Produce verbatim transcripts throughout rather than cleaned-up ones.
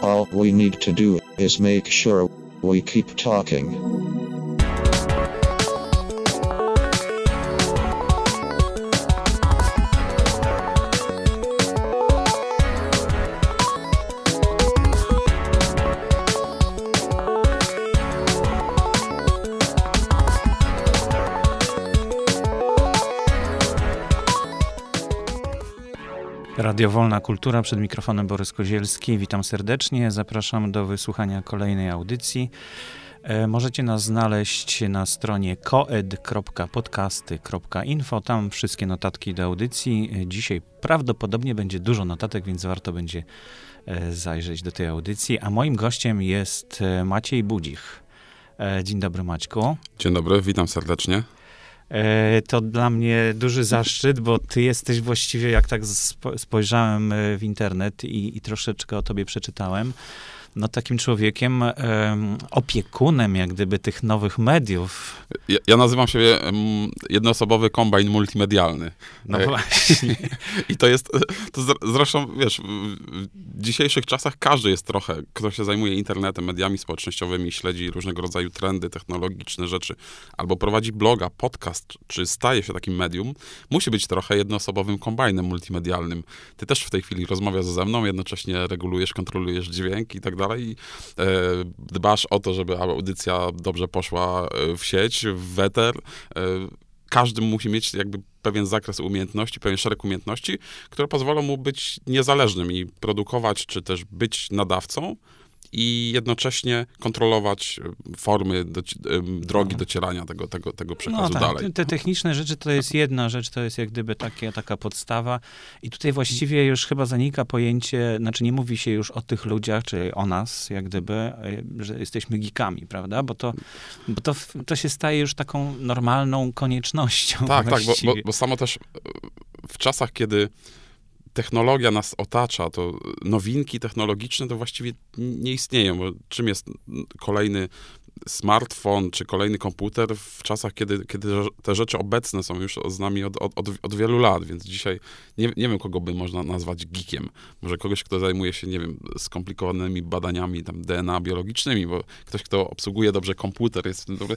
All we need to do is make sure we keep talking. Radio Wolna Kultura, przed mikrofonem Borys Kozielski. Witam serdecznie, zapraszam do wysłuchania kolejnej audycji. E, możecie nas znaleźć na stronie koed kropka podcasty kropka info, tam wszystkie notatki do audycji. Dzisiaj prawdopodobnie będzie dużo notatek, więc warto będzie e, zajrzeć do tej audycji. A moim gościem jest Maciej Budzich. E, dzień dobry, Maćku. Dzień dobry, witam serdecznie. To dla mnie duży zaszczyt, bo ty jesteś właściwie, jak tak spojrzałem w internet i, i troszeczkę o tobie przeczytałem, no takim człowiekiem, um, opiekunem jak gdyby tych nowych mediów. Ja, ja nazywam siebie um, jednoosobowy kombajn multimedialny. No właśnie. I to jest, to zresztą, wiesz, w dzisiejszych czasach każdy jest trochę, kto się zajmuje internetem, mediami społecznościowymi, śledzi różnego rodzaju trendy, technologiczne rzeczy, albo prowadzi bloga, podcast, czy staje się takim medium, musi być trochę jednoosobowym kombajnem multimedialnym. Ty też w tej chwili rozmawiasz ze mną, jednocześnie regulujesz, kontrolujesz dźwięk i tak dalej. I e, dbasz o to, żeby audycja dobrze poszła w sieć, w eter. E, każdy musi mieć jakby pewien zakres umiejętności, pewien szereg umiejętności, które pozwolą mu być niezależnym i produkować, czy też być nadawcą i jednocześnie kontrolować formy, doci- drogi docierania tego, tego, tego przekazu no tak, dalej. Te techniczne rzeczy to jest jedna rzecz, to jest jak gdyby takie, taka podstawa i tutaj właściwie już chyba zanika pojęcie, znaczy nie mówi się już o tych ludziach, czy o nas, jak gdyby, że jesteśmy geekami, prawda? Bo to, bo to, to się staje już taką normalną koniecznością. Tak, tak, bo, bo, bo samo też w czasach, kiedy technologia nas otacza, to nowinki technologiczne to właściwie nie istnieją, bo czym jest kolejny smartfon, czy kolejny komputer w czasach, kiedy, kiedy te rzeczy obecne są już z nami od, od, od wielu lat, więc dzisiaj nie, nie wiem, kogo by można nazwać geekiem. Może kogoś, kto zajmuje się, nie wiem, skomplikowanymi badaniami tam D N A biologicznymi, bo ktoś, kto obsługuje dobrze komputer, jest dobry.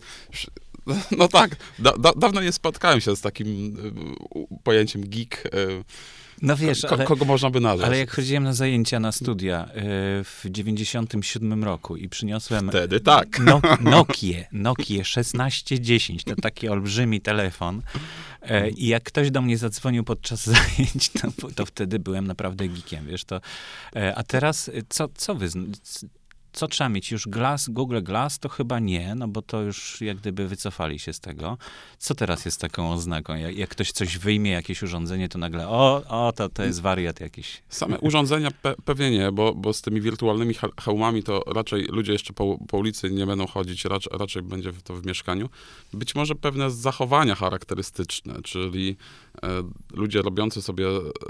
No tak, da, da, dawno nie spotkałem się z takim y, pojęciem geek. Y, No wiesz, Ko- ale, kogo można by nazwać? Ale jak chodziłem na zajęcia, na studia y, w dziewięćdziesiątym siódmym roku i przyniosłem Wtedy tak. No, Nokię, Nokię szesnaście dziesięć, to taki olbrzymi telefon y, i jak ktoś do mnie zadzwonił podczas zajęć, to, to wtedy byłem naprawdę geekiem, wiesz, to, y, a teraz co, co wy... Co trzeba mieć? Już Glass, Google Glass? To chyba nie, no bo to już jak gdyby wycofali się z tego. Co teraz jest taką oznaką? Jak, jak ktoś coś wyjmie, jakieś urządzenie, to nagle o, o to, to jest wariat jakiś. Same urządzenia pe- pewnie nie, bo, bo z tymi wirtualnymi he- hełmami to raczej ludzie jeszcze po, po ulicy nie będą chodzić, raczej, raczej będzie to w mieszkaniu. Być może pewne zachowania charakterystyczne, czyli e, ludzie robiący sobie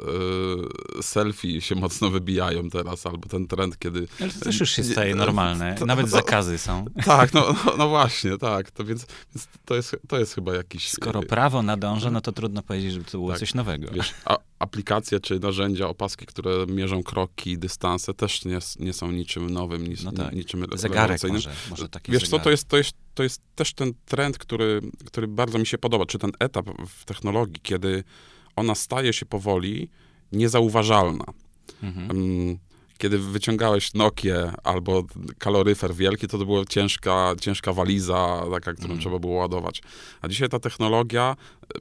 e, selfie się mocno wybijają teraz, albo ten trend, kiedy... Ale to też już się staje normalne, to, nawet to, zakazy są. Tak, no, no, no właśnie, tak, to więc, więc to, jest, to jest chyba jakiś... Skoro prawo nadąża, no to trudno powiedzieć, żeby to było tak, coś nowego. Wiesz, a, aplikacje czy narzędzia, opaski, które mierzą kroki, dystanse, też nie, nie są niczym nowym, nic, no tak. niczym zegarek może, może taki Wiesz zegarek. co, to jest, to, jest, to jest też ten trend, który, który bardzo mi się podoba, czy ten etap w technologii, kiedy ona staje się powoli niezauważalna. Mhm. Um, Kiedy wyciągałeś Nokię albo kaloryfer wielki, to to była ciężka, ciężka waliza, taka, którą mm. trzeba było ładować. A dzisiaj ta technologia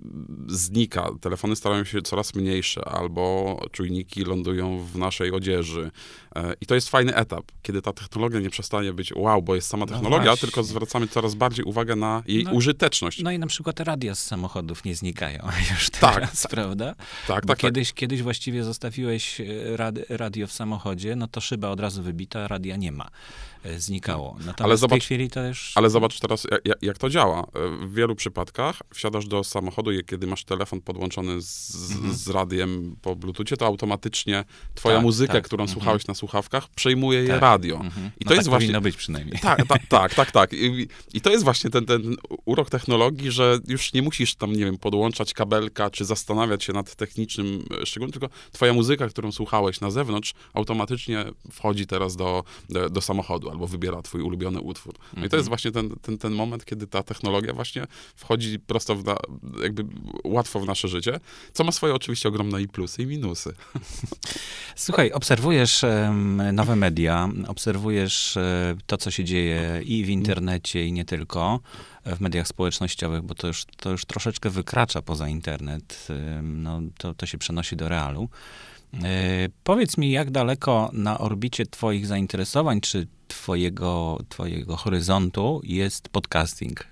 znika. Telefony starają się coraz mniejsze, albo czujniki lądują w naszej odzieży. I to jest fajny etap, kiedy ta technologia nie przestanie być wow, bo jest sama technologia, no tylko zwracamy coraz bardziej uwagę na jej no, użyteczność. No i na przykład radia z samochodów nie znikają już teraz, tak, prawda? Tak, bo tak, kiedyś, tak. kiedyś właściwie zostawiłeś rad, radio w samochodzie, no to szyba od razu wybita, radia nie ma. e, znikało. Natomiast Ale zobacz, w tej chwili to już... Ale zobacz teraz, jak, jak to działa. W wielu przypadkach wsiadasz do samochodu i kiedy masz telefon podłączony z, mhm. z radiem po bluetoothie, to automatycznie twoja tak, muzyka, tak. którą mhm. słuchałeś na słuchawkach, przejmuje je tak. radio. Mhm. I no to tak jest właśnie... powinno być przynajmniej. Tak, tak, tak, tak. tak. I, I to jest właśnie ten, ten urok technologii, że już nie musisz tam, nie wiem, podłączać kabelka, czy zastanawiać się nad technicznym szczególnie, tylko twoja muzyka, którą słuchałeś na zewnątrz, automatycznie wchodzi teraz do, do, do samochodu, albo wybiera twój ulubiony utwór. No mm-hmm. i to jest właśnie ten, ten, ten moment, kiedy ta technologia właśnie wchodzi prosto w na, jakby łatwo w nasze życie, co ma swoje oczywiście ogromne i plusy, i minusy. Słuchaj, obserwujesz um, nowe media, obserwujesz um, to, co się dzieje i w internecie, i nie tylko, w mediach społecznościowych, bo to już, to już troszeczkę wykracza poza internet, um, no, to, to się przenosi do realu. E, powiedz mi, jak daleko na orbicie twoich zainteresowań, czy twojego, twojego horyzontu jest podcasting?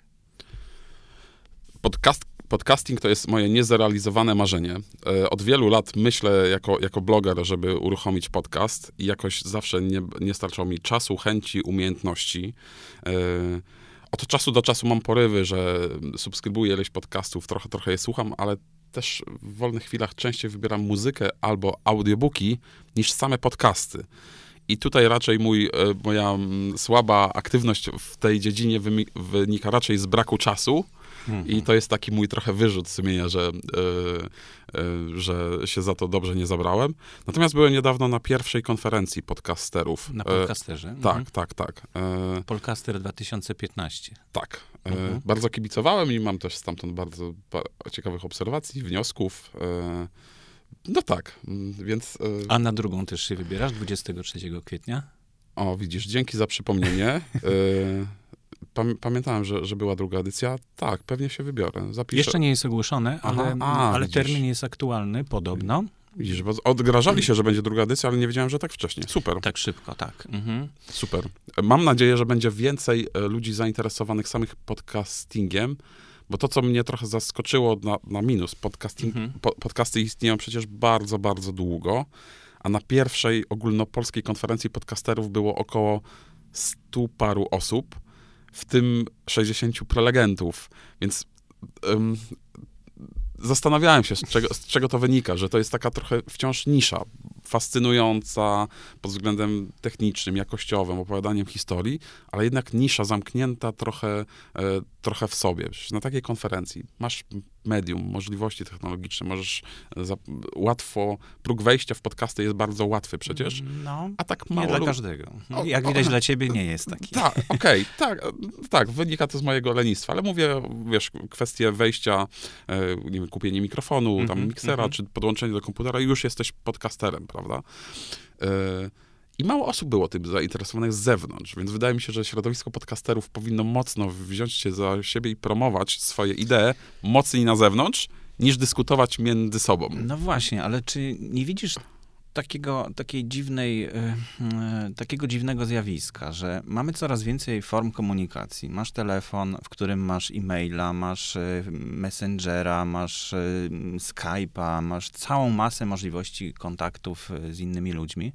Podcast, podcasting to jest moje niezrealizowane marzenie. E, od wielu lat myślę jako, jako bloger, żeby uruchomić podcast i jakoś zawsze nie, nie starczało mi czasu, chęci, umiejętności. E, od czasu do czasu mam porywy, że subskrybuję ileś podcastów, trochę, trochę je słucham, ale też w wolnych chwilach częściej wybieram muzykę albo audiobooki niż same podcasty. I tutaj raczej mój, moja słaba aktywność w tej dziedzinie wynika raczej z braku czasu. Mhm. I to jest taki mój trochę wyrzut sumienia, że, yy, yy, że się za to dobrze nie zabrałem. Natomiast byłem niedawno na pierwszej konferencji podcasterów. Na podcasterze? Yy, tak, tak, tak. Yy, Podcaster dwa tysiące piętnaście. Tak. Yy, mhm. Bardzo kibicowałem i mam też stamtąd bardzo ba- ciekawych obserwacji, wniosków. Yy, no tak, więc... Yy... A na drugą też się wybierasz, dwudziestego trzeciego kwietnia? O, widzisz, dzięki za przypomnienie. Yy... Pamiętałem, że, że była druga edycja. Tak, pewnie się wybiorę. Zapiszę. Jeszcze nie jest ogłoszone, ale, Aha, a, ale widzisz. termin jest aktualny, podobno. Widzisz, bo odgrażali się, że będzie druga edycja, ale nie wiedziałem, że tak wcześnie. Super. Tak szybko, tak. Mhm. Super. Mam nadzieję, że będzie więcej ludzi zainteresowanych samych podcastingiem, bo to, co mnie trochę zaskoczyło na, na minus, podcasting, mhm. po, podcasty istnieją przecież bardzo, bardzo długo, a na pierwszej ogólnopolskiej konferencji podcasterów było około stu paru osób, w tym sześćdziesięciu prelegentów, więc um, zastanawiałem się, z czego, z czego to wynika, że to jest taka trochę wciąż nisza, fascynująca pod względem technicznym, jakościowym, opowiadaniem historii, ale jednak nisza zamknięta trochę, e, trochę w sobie. Na takiej konferencji masz medium, możliwości technologiczne, możesz za, łatwo, próg wejścia w podcasty jest bardzo łatwy przecież, no, a tak nie mało... dla lub... każdego. O, Jak o, widać, o, dla ciebie nie jest taki. Tak, okej, okay, tak, tak, wynika to z mojego lenistwa, ale mówię, wiesz, kwestie wejścia, e, nie wiem, kupienie mikrofonu, mm-hmm, tam miksera, mm-hmm. czy podłączenie do komputera i już jesteś podcasterem, prawda? E, I mało osób było tym zainteresowanych z zewnątrz, więc wydaje mi się, że środowisko podcasterów powinno mocno wziąć się za siebie i promować swoje idee mocniej na zewnątrz, niż dyskutować między sobą. No właśnie, ale czy nie widzisz takiego, takiej dziwnej, yy, yy, takiego dziwnego zjawiska, że mamy coraz więcej form komunikacji. Masz telefon, w którym masz e-maila, masz yy, Messengera, masz yy, Skype'a, masz całą masę możliwości kontaktów yy, z innymi ludźmi.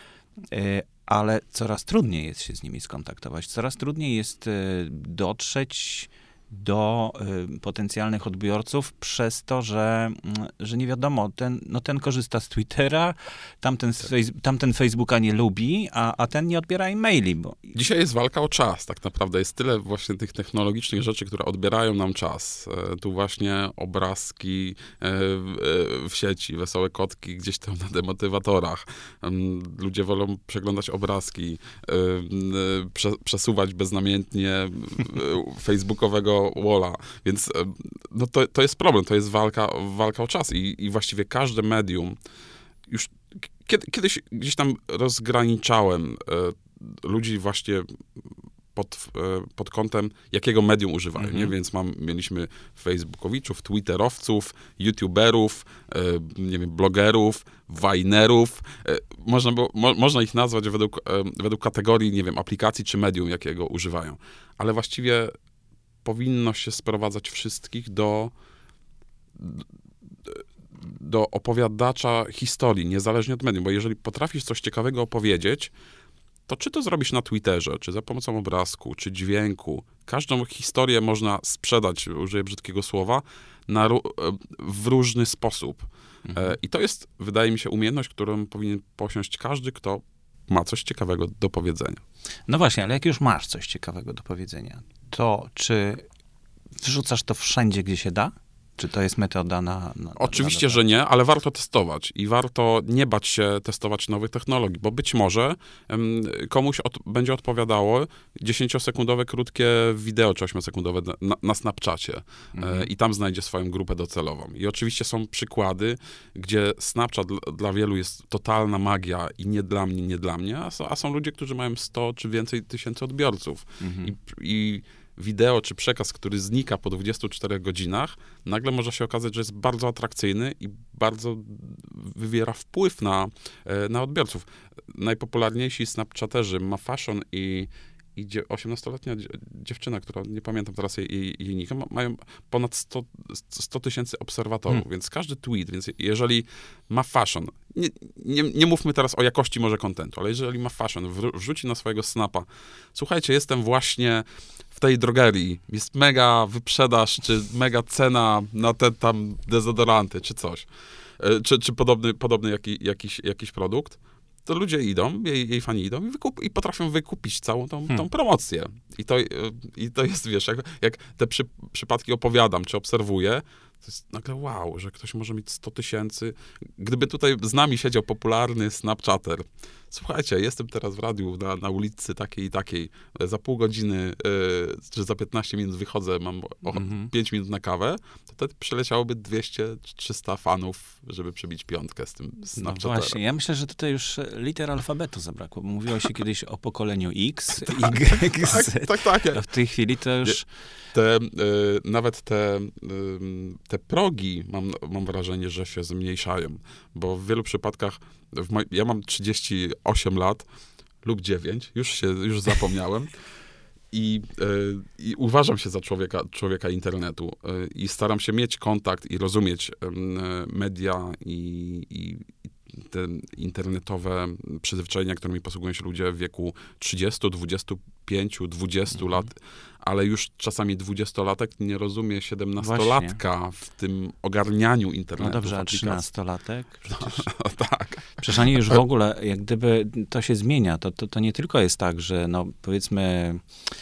Yy, ale coraz trudniej jest się z nimi skontaktować. Coraz trudniej jest yy, dotrzeć do y, potencjalnych odbiorców przez to, że, y, że nie wiadomo, ten, no ten korzysta z Twittera, tamten, z fejs- tamten Facebooka nie lubi, a, a ten nie odbiera e-maili. Bo... Dzisiaj jest walka o czas, tak naprawdę. Jest tyle właśnie tych technologicznych rzeczy, które odbierają nam czas. E, tu właśnie obrazki e, w, w sieci, wesołe kotki gdzieś tam na demotywatorach. E, ludzie wolą przeglądać obrazki, e, e, prze, przesuwać beznamiętnie e, facebookowego walla, więc no to, to jest problem, to jest walka, walka o czas i, i właściwie każde medium, już kiedy, kiedyś gdzieś tam rozgraniczałem e, ludzi właśnie pod, e, pod kątem, jakiego medium używają, mm-hmm. nie? Więc mam, mieliśmy facebookowiczów, twitterowców, youtuberów, e, nie wiem, blogerów, winerów, e, można, było, mo, można ich nazwać według, e, według kategorii, nie wiem, aplikacji czy medium, jakiego używają, ale właściwie powinno się sprowadzać wszystkich do, do opowiadacza historii, niezależnie od medium, bo jeżeli potrafisz coś ciekawego opowiedzieć, to czy to zrobisz na Twitterze, czy za pomocą obrazku, czy dźwięku, każdą historię można sprzedać, użyję brzydkiego słowa, na, w różny sposób. Mhm. I to jest, wydaje mi się, umiejętność, którą powinien posiąść każdy, kto ma coś ciekawego do powiedzenia. No właśnie, ale jak już masz coś ciekawego do powiedzenia, to czy wrzucasz to wszędzie, gdzie się da? Czy to jest metoda na... na Oczywiście, na że nie, ale warto testować i warto nie bać się testować nowych technologii, bo być może um, komuś od, będzie odpowiadało dziesięciosekundowe krótkie wideo, czy ośmiosekundowe na, na Snapchacie mhm. e, i tam znajdzie swoją grupę docelową. I oczywiście są przykłady, gdzie Snapchat dla, dla wielu jest totalna magia i nie dla mnie, nie dla mnie, a, so, a są ludzie, którzy mają sto czy więcej tysięcy odbiorców. Mhm. I, i wideo czy przekaz, który znika po dwudziestu czterech godzinach, nagle może się okazać, że jest bardzo atrakcyjny i bardzo wywiera wpływ na, na odbiorców. Najpopularniejsi snapchaterzy MaFashion i, i osiemnastoletnia dziewczyna, która, nie pamiętam teraz jej, jej, jej nika, mają ponad sto tysięcy obserwatorów, hmm. więc każdy tweet, więc jeżeli MaFashion, nie, nie, nie mówmy teraz o jakości może kontentu, ale jeżeli MaFashion wrzuci na swojego snapa, słuchajcie, jestem właśnie w tej drogerii, jest mega wyprzedaż, czy mega cena na te tam dezodoranty, czy coś, czy, czy podobny, podobny jaki, jakiś, jakiś produkt, to ludzie idą, jej, jej fani idą i, wykup, i potrafią wykupić całą tą, tą promocję. I to, I to jest, wiesz, jak, jak te przy, przypadki opowiadam, czy obserwuję, to jest nagle wow, że ktoś może mieć sto tysięcy. Gdyby tutaj z nami siedział popularny Snapchater, słuchajcie, jestem teraz w radiu na, na ulicy takiej i takiej, za pół godziny, yy, czy za piętnaście minut wychodzę, mam o, mm-hmm. pięć minut na kawę, to wtedy przyleciałoby dwieście trzysta fanów, żeby przebić piątkę z tym Snapchaterem. No właśnie, ja myślę, że tutaj już liter alfabetu zabrakło. Mówiło się kiedyś o pokoleniu X, Y, Z. Tak, tak, tak. A w tej chwili to już... Te, y, nawet te, y, te progi, mam, mam wrażenie, że się zmniejszają, bo w wielu przypadkach, w moj, ja mam trzydzieści osiem lat lub dziewięć, już się, już zapomniałem i, y, i uważam się za człowieka, człowieka internetu y, i staram się mieć kontakt i rozumieć y, media i, i te internetowe przyzwyczajenia, którymi posługują się ludzie w wieku trzydziestu, dwudziestu pięciu, dwudziestu mhm. lat, ale już czasami dwudziestolatek nie rozumie siedemnastolatka Właśnie. w tym ogarnianiu internetu. No dobrze, a trzynastolatek? Przecież, no, tak. Przecież oni już w ogóle, jak gdyby to się zmienia, to, to, to nie tylko jest tak, że no powiedzmy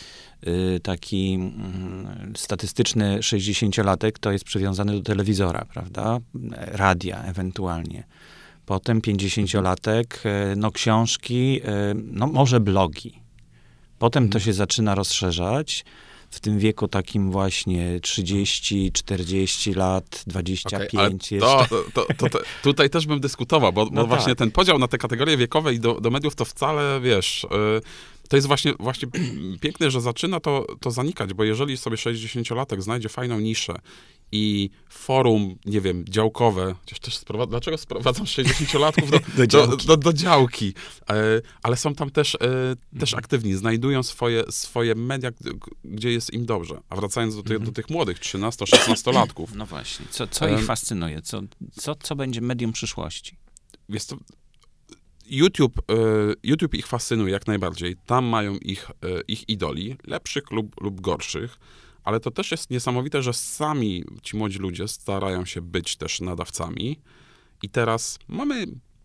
y, taki y, statystyczny sześćdziesięciolatek to jest przywiązany do telewizora, prawda? Radia ewentualnie. Potem pięćdziesięciolatek, no książki, no może blogi. Potem to się zaczyna rozszerzać. W tym wieku takim właśnie trzydzieści, czterdzieści lat, dwadzieścia pięć okay, jeszcze. To, to, to, to, tutaj też bym dyskutował, bo, no bo tak. właśnie ten podział na te kategorie wiekowe i do, do mediów to wcale, wiesz... Yy, to jest właśnie, właśnie piękne, że zaczyna to, to zanikać, bo jeżeli sobie sześćdziesięciolatek znajdzie fajną niszę i forum, nie wiem, działkowe, chociaż też sprowadza, dlaczego sprowadzam sześćdziesięciolatków do, do, działki. Do, do, do działki, e, ale są tam też, e, też aktywni, znajdują swoje, swoje media, gdzie jest im dobrze. A wracając do, ty, do tych młodych, trzynasto-szesnastolatków. No właśnie, co, co ich fascynuje? Co, co, co będzie medium przyszłości? Jest to... YouTube, YouTube ich fascynuje jak najbardziej. Tam mają ich, ich idoli, lepszych lub, lub gorszych, ale to też jest niesamowite, że sami ci młodzi ludzie starają się być też nadawcami. I teraz mamy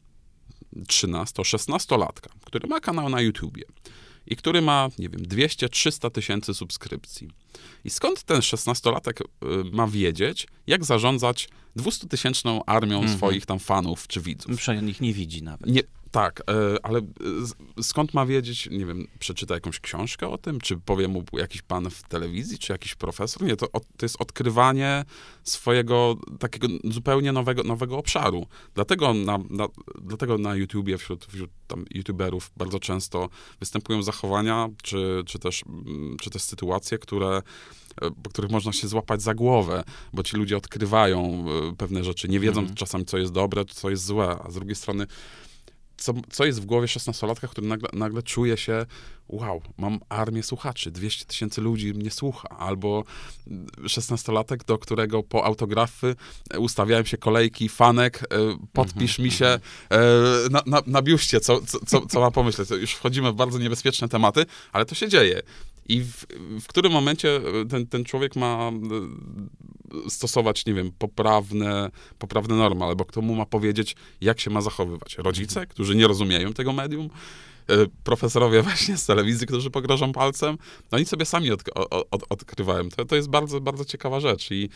trzynasto-szesnastolatka, który ma kanał na YouTubie i który ma, nie wiem, dwieście trzysta tysięcy subskrypcji. I skąd ten szesnastolatek ma wiedzieć, jak zarządzać dwustutysięczną armią mm-hmm. swoich tam fanów czy widzów? Przecież ich nie widzi nawet. Nie, tak, ale skąd ma wiedzieć, nie wiem, przeczyta jakąś książkę o tym, czy powie mu jakiś pan w telewizji, czy jakiś profesor? Nie, to, to jest odkrywanie swojego takiego zupełnie nowego, nowego obszaru. Dlatego na, na, dlatego na YouTubie wśród, wśród tam YouTuberów bardzo często występują zachowania, czy, czy, też, czy też sytuacje, które po których można się złapać za głowę, bo ci ludzie odkrywają pewne rzeczy, nie wiedzą mm. czasami, co jest dobre, co jest złe, a z drugiej strony co, co jest w głowie szesnastolatka, który nagle, nagle czuje się, wow, mam armię słuchaczy, dwieście tysięcy ludzi mnie słucha, albo szesnastolatek, do którego po autografy ustawiałem się kolejki fanek, podpisz mi się na, na, na biuście, co, co, co ma pomyśleć. Już wchodzimy w bardzo niebezpieczne tematy, ale to się dzieje. I w, w którym momencie ten, ten człowiek ma stosować, nie wiem, poprawne, poprawne normy, albo kto mu ma powiedzieć, jak się ma zachowywać. Rodzice, którzy nie rozumieją tego medium, profesorowie właśnie z telewizji, którzy pogrożą palcem, no oni sobie sami od, od, odkrywają. To, to jest bardzo, bardzo ciekawa rzecz i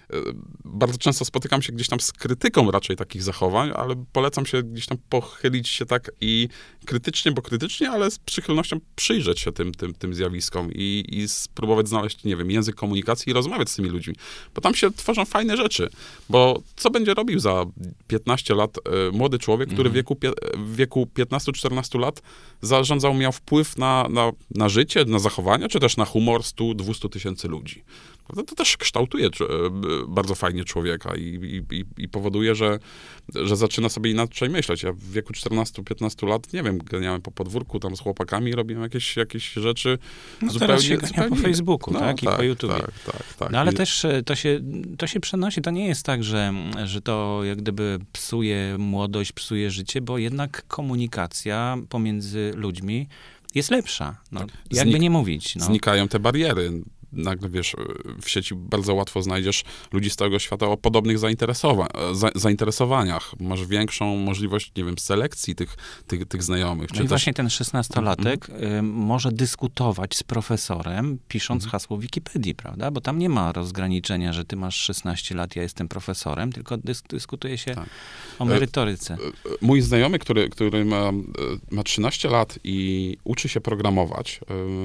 bardzo często spotykam się gdzieś tam z krytyką raczej takich zachowań, ale polecam się gdzieś tam pochylić się tak i krytycznie, bo krytycznie, ale z przychylnością przyjrzeć się tym, tym, tym zjawiskom i, i spróbować znaleźć, nie wiem, język komunikacji i rozmawiać z tymi ludźmi. Bo tam się tworzą fajne rzeczy. Bo co będzie robił za piętnaście lat y, młody człowiek, który w wieku, w wieku piętnastu czternastu lat zarządzał, miał wpływ na, na, na życie, na zachowania, czy też na humor stu do dwustu tysięcy ludzi. To, to też kształtuje bardzo fajnie człowieka i, i, i powoduje, że, że zaczyna sobie inaczej myśleć. Ja w wieku czternastu piętnastu lat, nie wiem, ganiałem po podwórku tam z chłopakami, robiłem jakieś, jakieś rzeczy no zupełnie... Teraz się gania po Facebooku, no, tak? I tak, po YouTubie. Tak, tak, tak. No ale I... też to się, to się przenosi. To nie jest tak, że, że to jak gdyby psuje młodość, psuje życie, bo jednak komunikacja pomiędzy ludźmi jest lepsza. No, jakby Znik- nie mówić. No. Znikają te bariery. Nagle, wiesz, w sieci bardzo łatwo znajdziesz ludzi z całego świata o podobnych zainteresowa- za- zainteresowaniach. Masz większą możliwość, nie wiem, selekcji tych, tych, tych znajomych. No Czy i też... właśnie ten szesnastolatek mm-hmm. y, może dyskutować z profesorem, pisząc Mm-hmm. hasło Wikipedii, prawda? Bo tam nie ma rozgraniczenia, że ty masz szesnaście lat, ja jestem profesorem, tylko dys- dyskutuje się tak. o merytoryce. Mój znajomy, który, który ma, ma trzynaście lat i uczy się programować,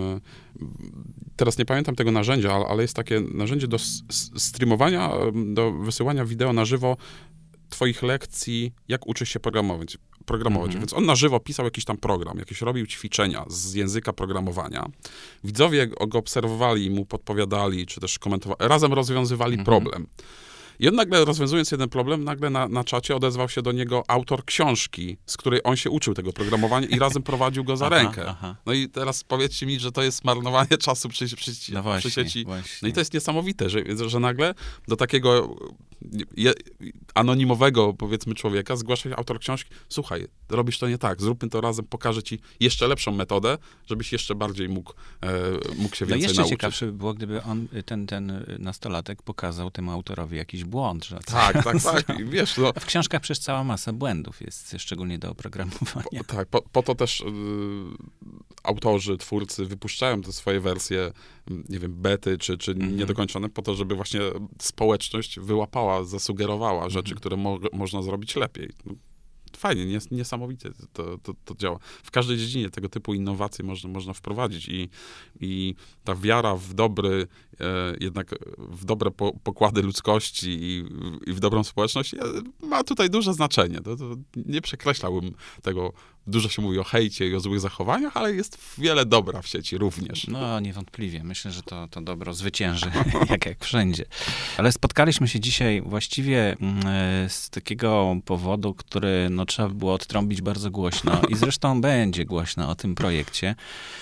teraz nie pamiętam tego narzędzia, ale jest takie narzędzie do streamowania, do wysyłania wideo na żywo twoich lekcji, jak uczysz się programować. programować. Mm-hmm. Więc on na żywo pisał jakiś tam program, jakieś robił ćwiczenia z języka programowania. Widzowie go obserwowali, mu podpowiadali, czy też komentowali, razem rozwiązywali mm-hmm. problem. I on nagle, rozwiązując jeden problem, nagle na, na czacie odezwał się do niego autor książki, z której on się uczył tego programowania i razem prowadził go za aha, rękę. Aha. No i teraz powiedzcie mi, że to jest marnowanie czasu przy, przy, no właśnie, przy sieci. Właśnie. No i to jest niesamowite, że, że nagle do takiego je, anonimowego, powiedzmy, człowieka zgłasza się autor książki. Słuchaj, robisz to nie tak, zróbmy to razem, pokażę ci jeszcze lepszą metodę, żebyś jeszcze bardziej mógł, e, mógł się więcej no jeszcze nauczyć. ciekawsze by było, gdyby on, ten, ten nastolatek pokazał temu autorowi jakiś błąd. Że tak, tak, tak. Wiesz, no. W książkach przecież cała masa błędów jest, szczególnie do oprogramowania. Po, tak, po, po to też y, autorzy, twórcy wypuszczają te swoje wersje, nie wiem, bety czy, czy mm-hmm. niedokończone, po to, żeby właśnie społeczność wyłapała, zasugerowała rzeczy, mm-hmm. które mo- można zrobić lepiej. No, fajnie, nies- niesamowicie to, to, to działa. W każdej dziedzinie tego typu innowacje można, można wprowadzić i, i ta wiara w dobry, e, jednak w dobre po, pokłady ludzkości i, i w dobrą społeczność e, ma tutaj duże znaczenie. To, to nie przekreślałbym tego. Dużo się mówi o hejcie i o złych zachowaniach, ale jest wiele dobra w sieci również. No, niewątpliwie. Myślę, że to, to dobro zwycięży, jak, jak wszędzie. Ale spotkaliśmy się dzisiaj właściwie z takiego powodu, który no, trzeba było odtrąbić bardzo głośno i zresztą będzie głośno o tym projekcie,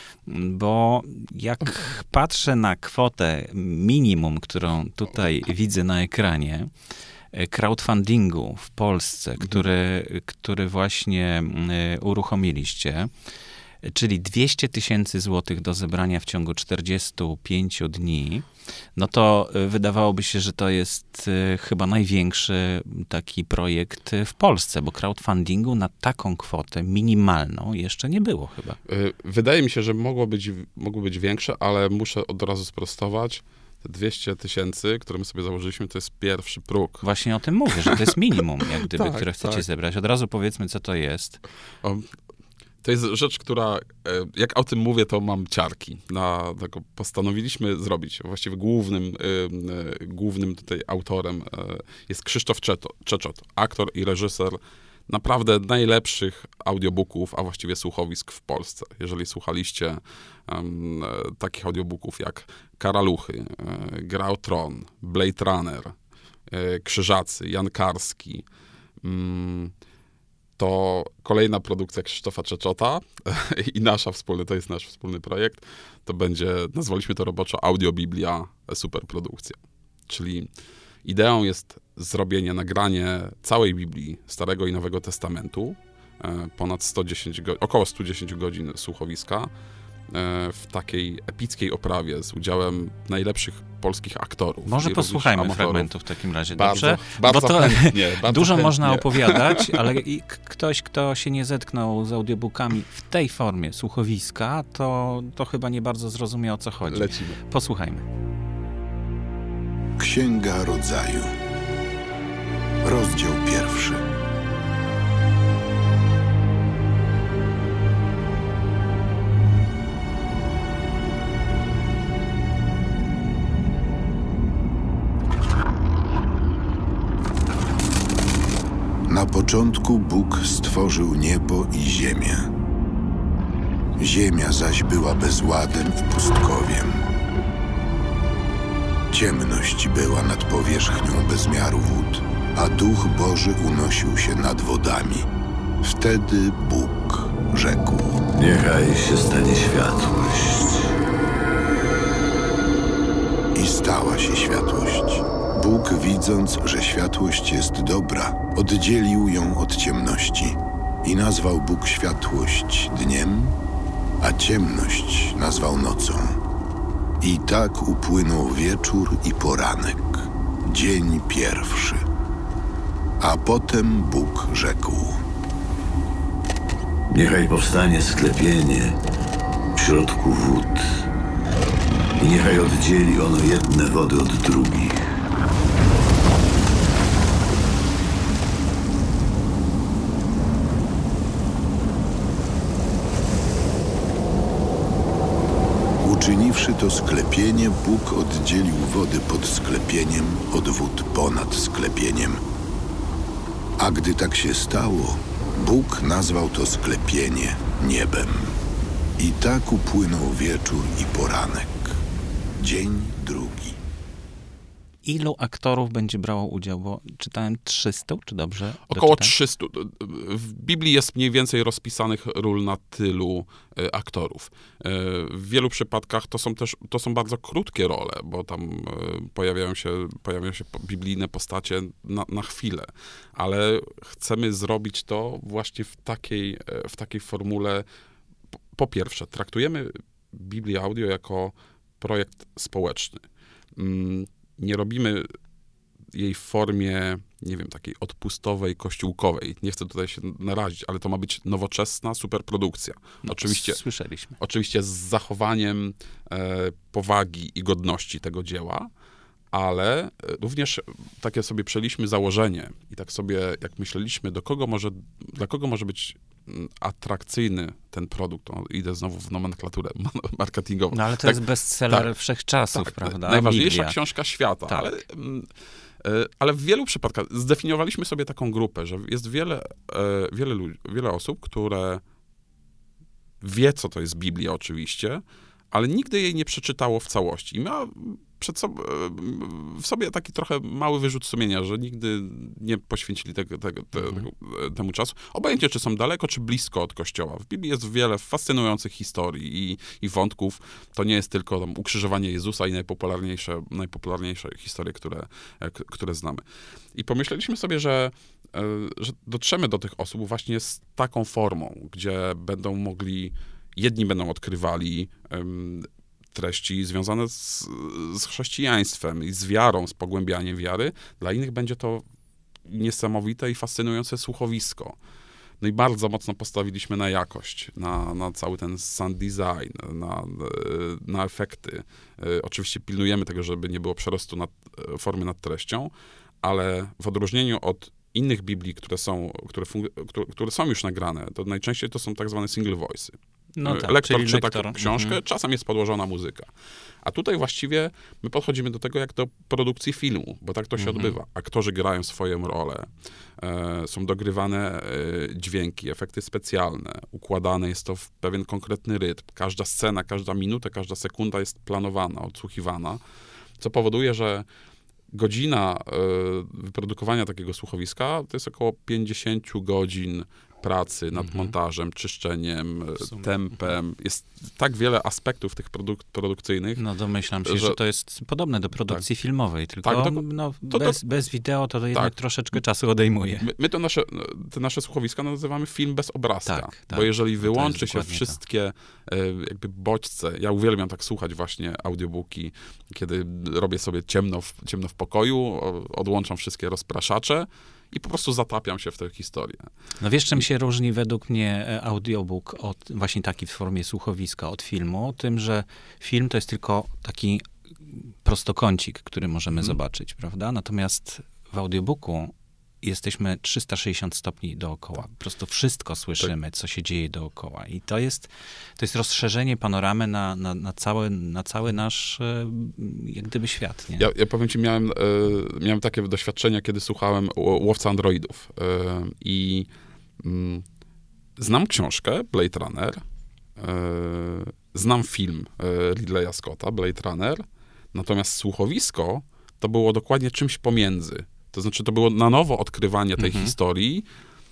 bo jak patrzę na kwotę minimum, którą tutaj widzę na ekranie, crowdfundingu w Polsce, który, który właśnie uruchomiliście, czyli dwieście tysięcy złotych do zebrania w ciągu czterdziestu pięciu dni, no to wydawałoby się, że to jest chyba największy taki projekt w Polsce, bo crowdfundingu na taką kwotę minimalną jeszcze nie było chyba. Wydaje mi się, że mogło być, mogło być większe, ale muszę od razu sprostować. Te dwieście tysięcy, które my sobie założyliśmy, to jest pierwszy próg. Właśnie o tym mówię, że to jest minimum, jak gdyby, tak, które chcecie tak. zebrać. Od razu powiedzmy, co to jest. O, to jest rzecz, która, jak o tym mówię, to mam ciarki. Na, tak postanowiliśmy zrobić. Właściwie głównym, y, y, głównym tutaj autorem y, jest Krzysztof Czeczot, aktor i reżyser naprawdę najlepszych audiobooków, a właściwie słuchowisk w Polsce. Jeżeli słuchaliście um, takich audiobooków jak Karaluchy, e, Gra o Tron, Blade Runner, e, Krzyżacy, Jan Karski, mm, to kolejna produkcja Krzysztofa Czeczota i nasza wspólna, to jest nasz wspólny projekt, to będzie, nazwaliśmy to roboczo Audiobiblia Superprodukcja. Czyli ideą jest zrobienie, nagranie całej Biblii Starego i Nowego Testamentu, ponad sto dziesięć, około sto dziesięć godzin słuchowiska, w takiej epickiej oprawie z udziałem najlepszych polskich aktorów. Może posłuchajmy fragmentu w takim razie, bardzo, dobrze? Bardzo Bo to chętnie, bardzo dużo chętnie. można opowiadać, ale i ktoś, kto się nie zetknął z audiobookami w tej formie słuchowiska, to, to chyba nie bardzo zrozumie, o co chodzi. Lecimy. Posłuchajmy. Księga Rodzaju. Rozdział pierwszy. Na początku Bóg stworzył niebo i ziemię. Ziemia zaś była bezładem i pustkowiem. Ciemność była nad powierzchnią bezmiaru wód, a Duch Boży unosił się nad wodami. Wtedy Bóg rzekł: niechaj się stanie światłość. I stała się światłość. Bóg, widząc, że światłość jest dobra, oddzielił ją od ciemności i nazwał Bóg światłość dniem, a ciemność nazwał nocą. I tak upłynął wieczór i poranek, dzień pierwszy. A potem Bóg rzekł: niechaj powstanie sklepienie w środku wód i niechaj oddzieli ono jedne wody od drugich. Uczyniwszy to sklepienie, Bóg oddzielił wody pod sklepieniem od wód ponad sklepieniem. A gdy tak się stało, Bóg nazwał to sklepienie niebem. I tak upłynął wieczór i poranek, dzień drugi. Ilu aktorów będzie brało udział? Bo czytałem trzysta, czy dobrze Około doczytałem? trzysta. W Biblii jest mniej więcej rozpisanych ról na tylu e, aktorów. E, w wielu przypadkach to są też, to są bardzo krótkie role, bo tam e, pojawiają się, pojawiają się biblijne postacie na, na chwilę. Ale chcemy zrobić to właśnie w takiej, e, w takiej formule. Po, po pierwsze, traktujemy Biblię Audio jako projekt społeczny. Mm, Nie robimy jej w formie, nie wiem, takiej odpustowej, kościółkowej. Nie chcę tutaj się narazić, ale to ma być nowoczesna superprodukcja. No, oczywiście, słyszeliśmy. oczywiście z zachowaniem e, powagi i godności tego dzieła, ale również takie sobie przyjęliśmy założenie i tak sobie, jak myśleliśmy, do kogo może, dla kogo może być atrakcyjny ten produkt. O, idę znowu w nomenklaturę marketingową. No ale to tak, jest bestseller tak, wszechczasów, tak, prawda? Najważniejsza Biblia. książka świata, Tak. ale, ale w wielu przypadkach zdefiniowaliśmy sobie taką grupę, że jest wiele, wiele, ludzi, wiele osób, które wie, co to jest Biblia oczywiście, ale nigdy jej nie przeczytało w całości. I ma przed sobą, w sobie taki trochę mały wyrzut sumienia, że nigdy nie poświęcili tego, tego, te, Mhm. tego, temu czasu. Obojętnie, czy są daleko, czy blisko od Kościoła. W Biblii jest wiele fascynujących historii i, i wątków. To nie jest tylko tam ukrzyżowanie Jezusa i najpopularniejsze, najpopularniejsze historie, które, k- które znamy. I pomyśleliśmy sobie, że, e, że dotrzemy do tych osób właśnie z taką formą, gdzie będą mogli, jedni będą odkrywali em, treści związane z, z chrześcijaństwem i z wiarą, z pogłębianiem wiary. Dla innych będzie to niesamowite i fascynujące słuchowisko. No i bardzo mocno postawiliśmy na jakość, na, na cały ten sound design, na, na efekty. Oczywiście pilnujemy tego, żeby nie było przerostu nad, formy nad treścią, ale w odróżnieniu od innych Biblii, które są, które, fun- które, które są już nagrane, to najczęściej to są tak zwane single voice'y. No tak, lektor czyli czyta lektor. książkę, Mhm. czasem jest podłożona muzyka. A tutaj właściwie my podchodzimy do tego jak do produkcji filmu, bo tak to się Mhm. odbywa. Aktorzy grają swoją rolę, e, są dogrywane e, dźwięki, efekty specjalne, układane jest to w pewien konkretny rytm. Każda scena, każda minuta, każda sekunda jest planowana, odsłuchiwana, co powoduje, że godzina e, wyprodukowania takiego słuchowiska to jest około pięćdziesiąt godzin pracy nad Mhm. montażem, czyszczeniem, W sumie. tempem. Jest tak wiele aspektów tych produk- produkcyjnych. No domyślam się, że- że to jest podobne do produkcji filmowej, tylko Tak, to- no, to- bez, bez wideo to jednak Tak. troszeczkę czasu odejmuje. My, my to nasze, te nasze słuchowiska nazywamy film bez obrazka, Tak, tak. bo jeżeli No to jest wyłączy się dokładnie to. wszystkie e, jakby bodźce, ja uwielbiam tak słuchać właśnie audiobooki, kiedy robię sobie ciemno w, ciemno w pokoju, o- odłączam wszystkie rozpraszacze i po prostu zatapiam się w tę historię. No wiesz, czym się różni według mnie e, audiobook od, właśnie taki w formie słuchowiska od filmu? Tym, że film to jest tylko taki prostokącik, który możemy Mhm. zobaczyć, prawda? Natomiast w audiobooku jesteśmy trzysta sześćdziesiąt stopni dookoła. Po prostu wszystko słyszymy, co się dzieje dookoła. I to jest, to jest rozszerzenie panoramy na, na, na, cały, na cały nasz e, jak gdyby świat, nie? Ja, ja powiem ci, miałem, e, miałem takie doświadczenia, kiedy słuchałem Ł- Łowca Androidów e, i mm, znam książkę Blade Runner, e, znam film e, Ridleya Scotta, Blade Runner, natomiast słuchowisko to było dokładnie czymś pomiędzy. To znaczy, to było na nowo odkrywanie tej Mhm. historii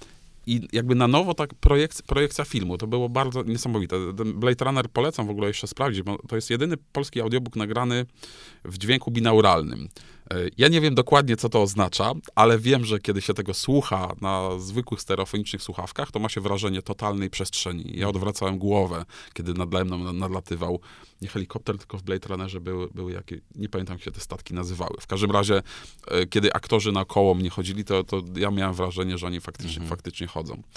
i jakby na nowo tak projekcja, projekcja filmu. To było bardzo niesamowite. Ten Blade Runner polecam w ogóle jeszcze sprawdzić, bo to jest jedyny polski audiobook nagrany w dźwięku binauralnym. E, Ja nie wiem dokładnie, co to oznacza, ale wiem, że kiedy się tego słucha na zwykłych stereofonicznych słuchawkach, to ma się wrażenie totalnej przestrzeni. Ja odwracałem głowę, kiedy nade mną nadlatywał nie helikopter, tylko w Blade Runnerze były, były jakieś, nie pamiętam, jak się te statki nazywały. W każdym razie, e, kiedy aktorzy naokoło mnie chodzili, to, to ja miałem wrażenie, że oni faktycznie, Mhm. faktycznie chodzą e,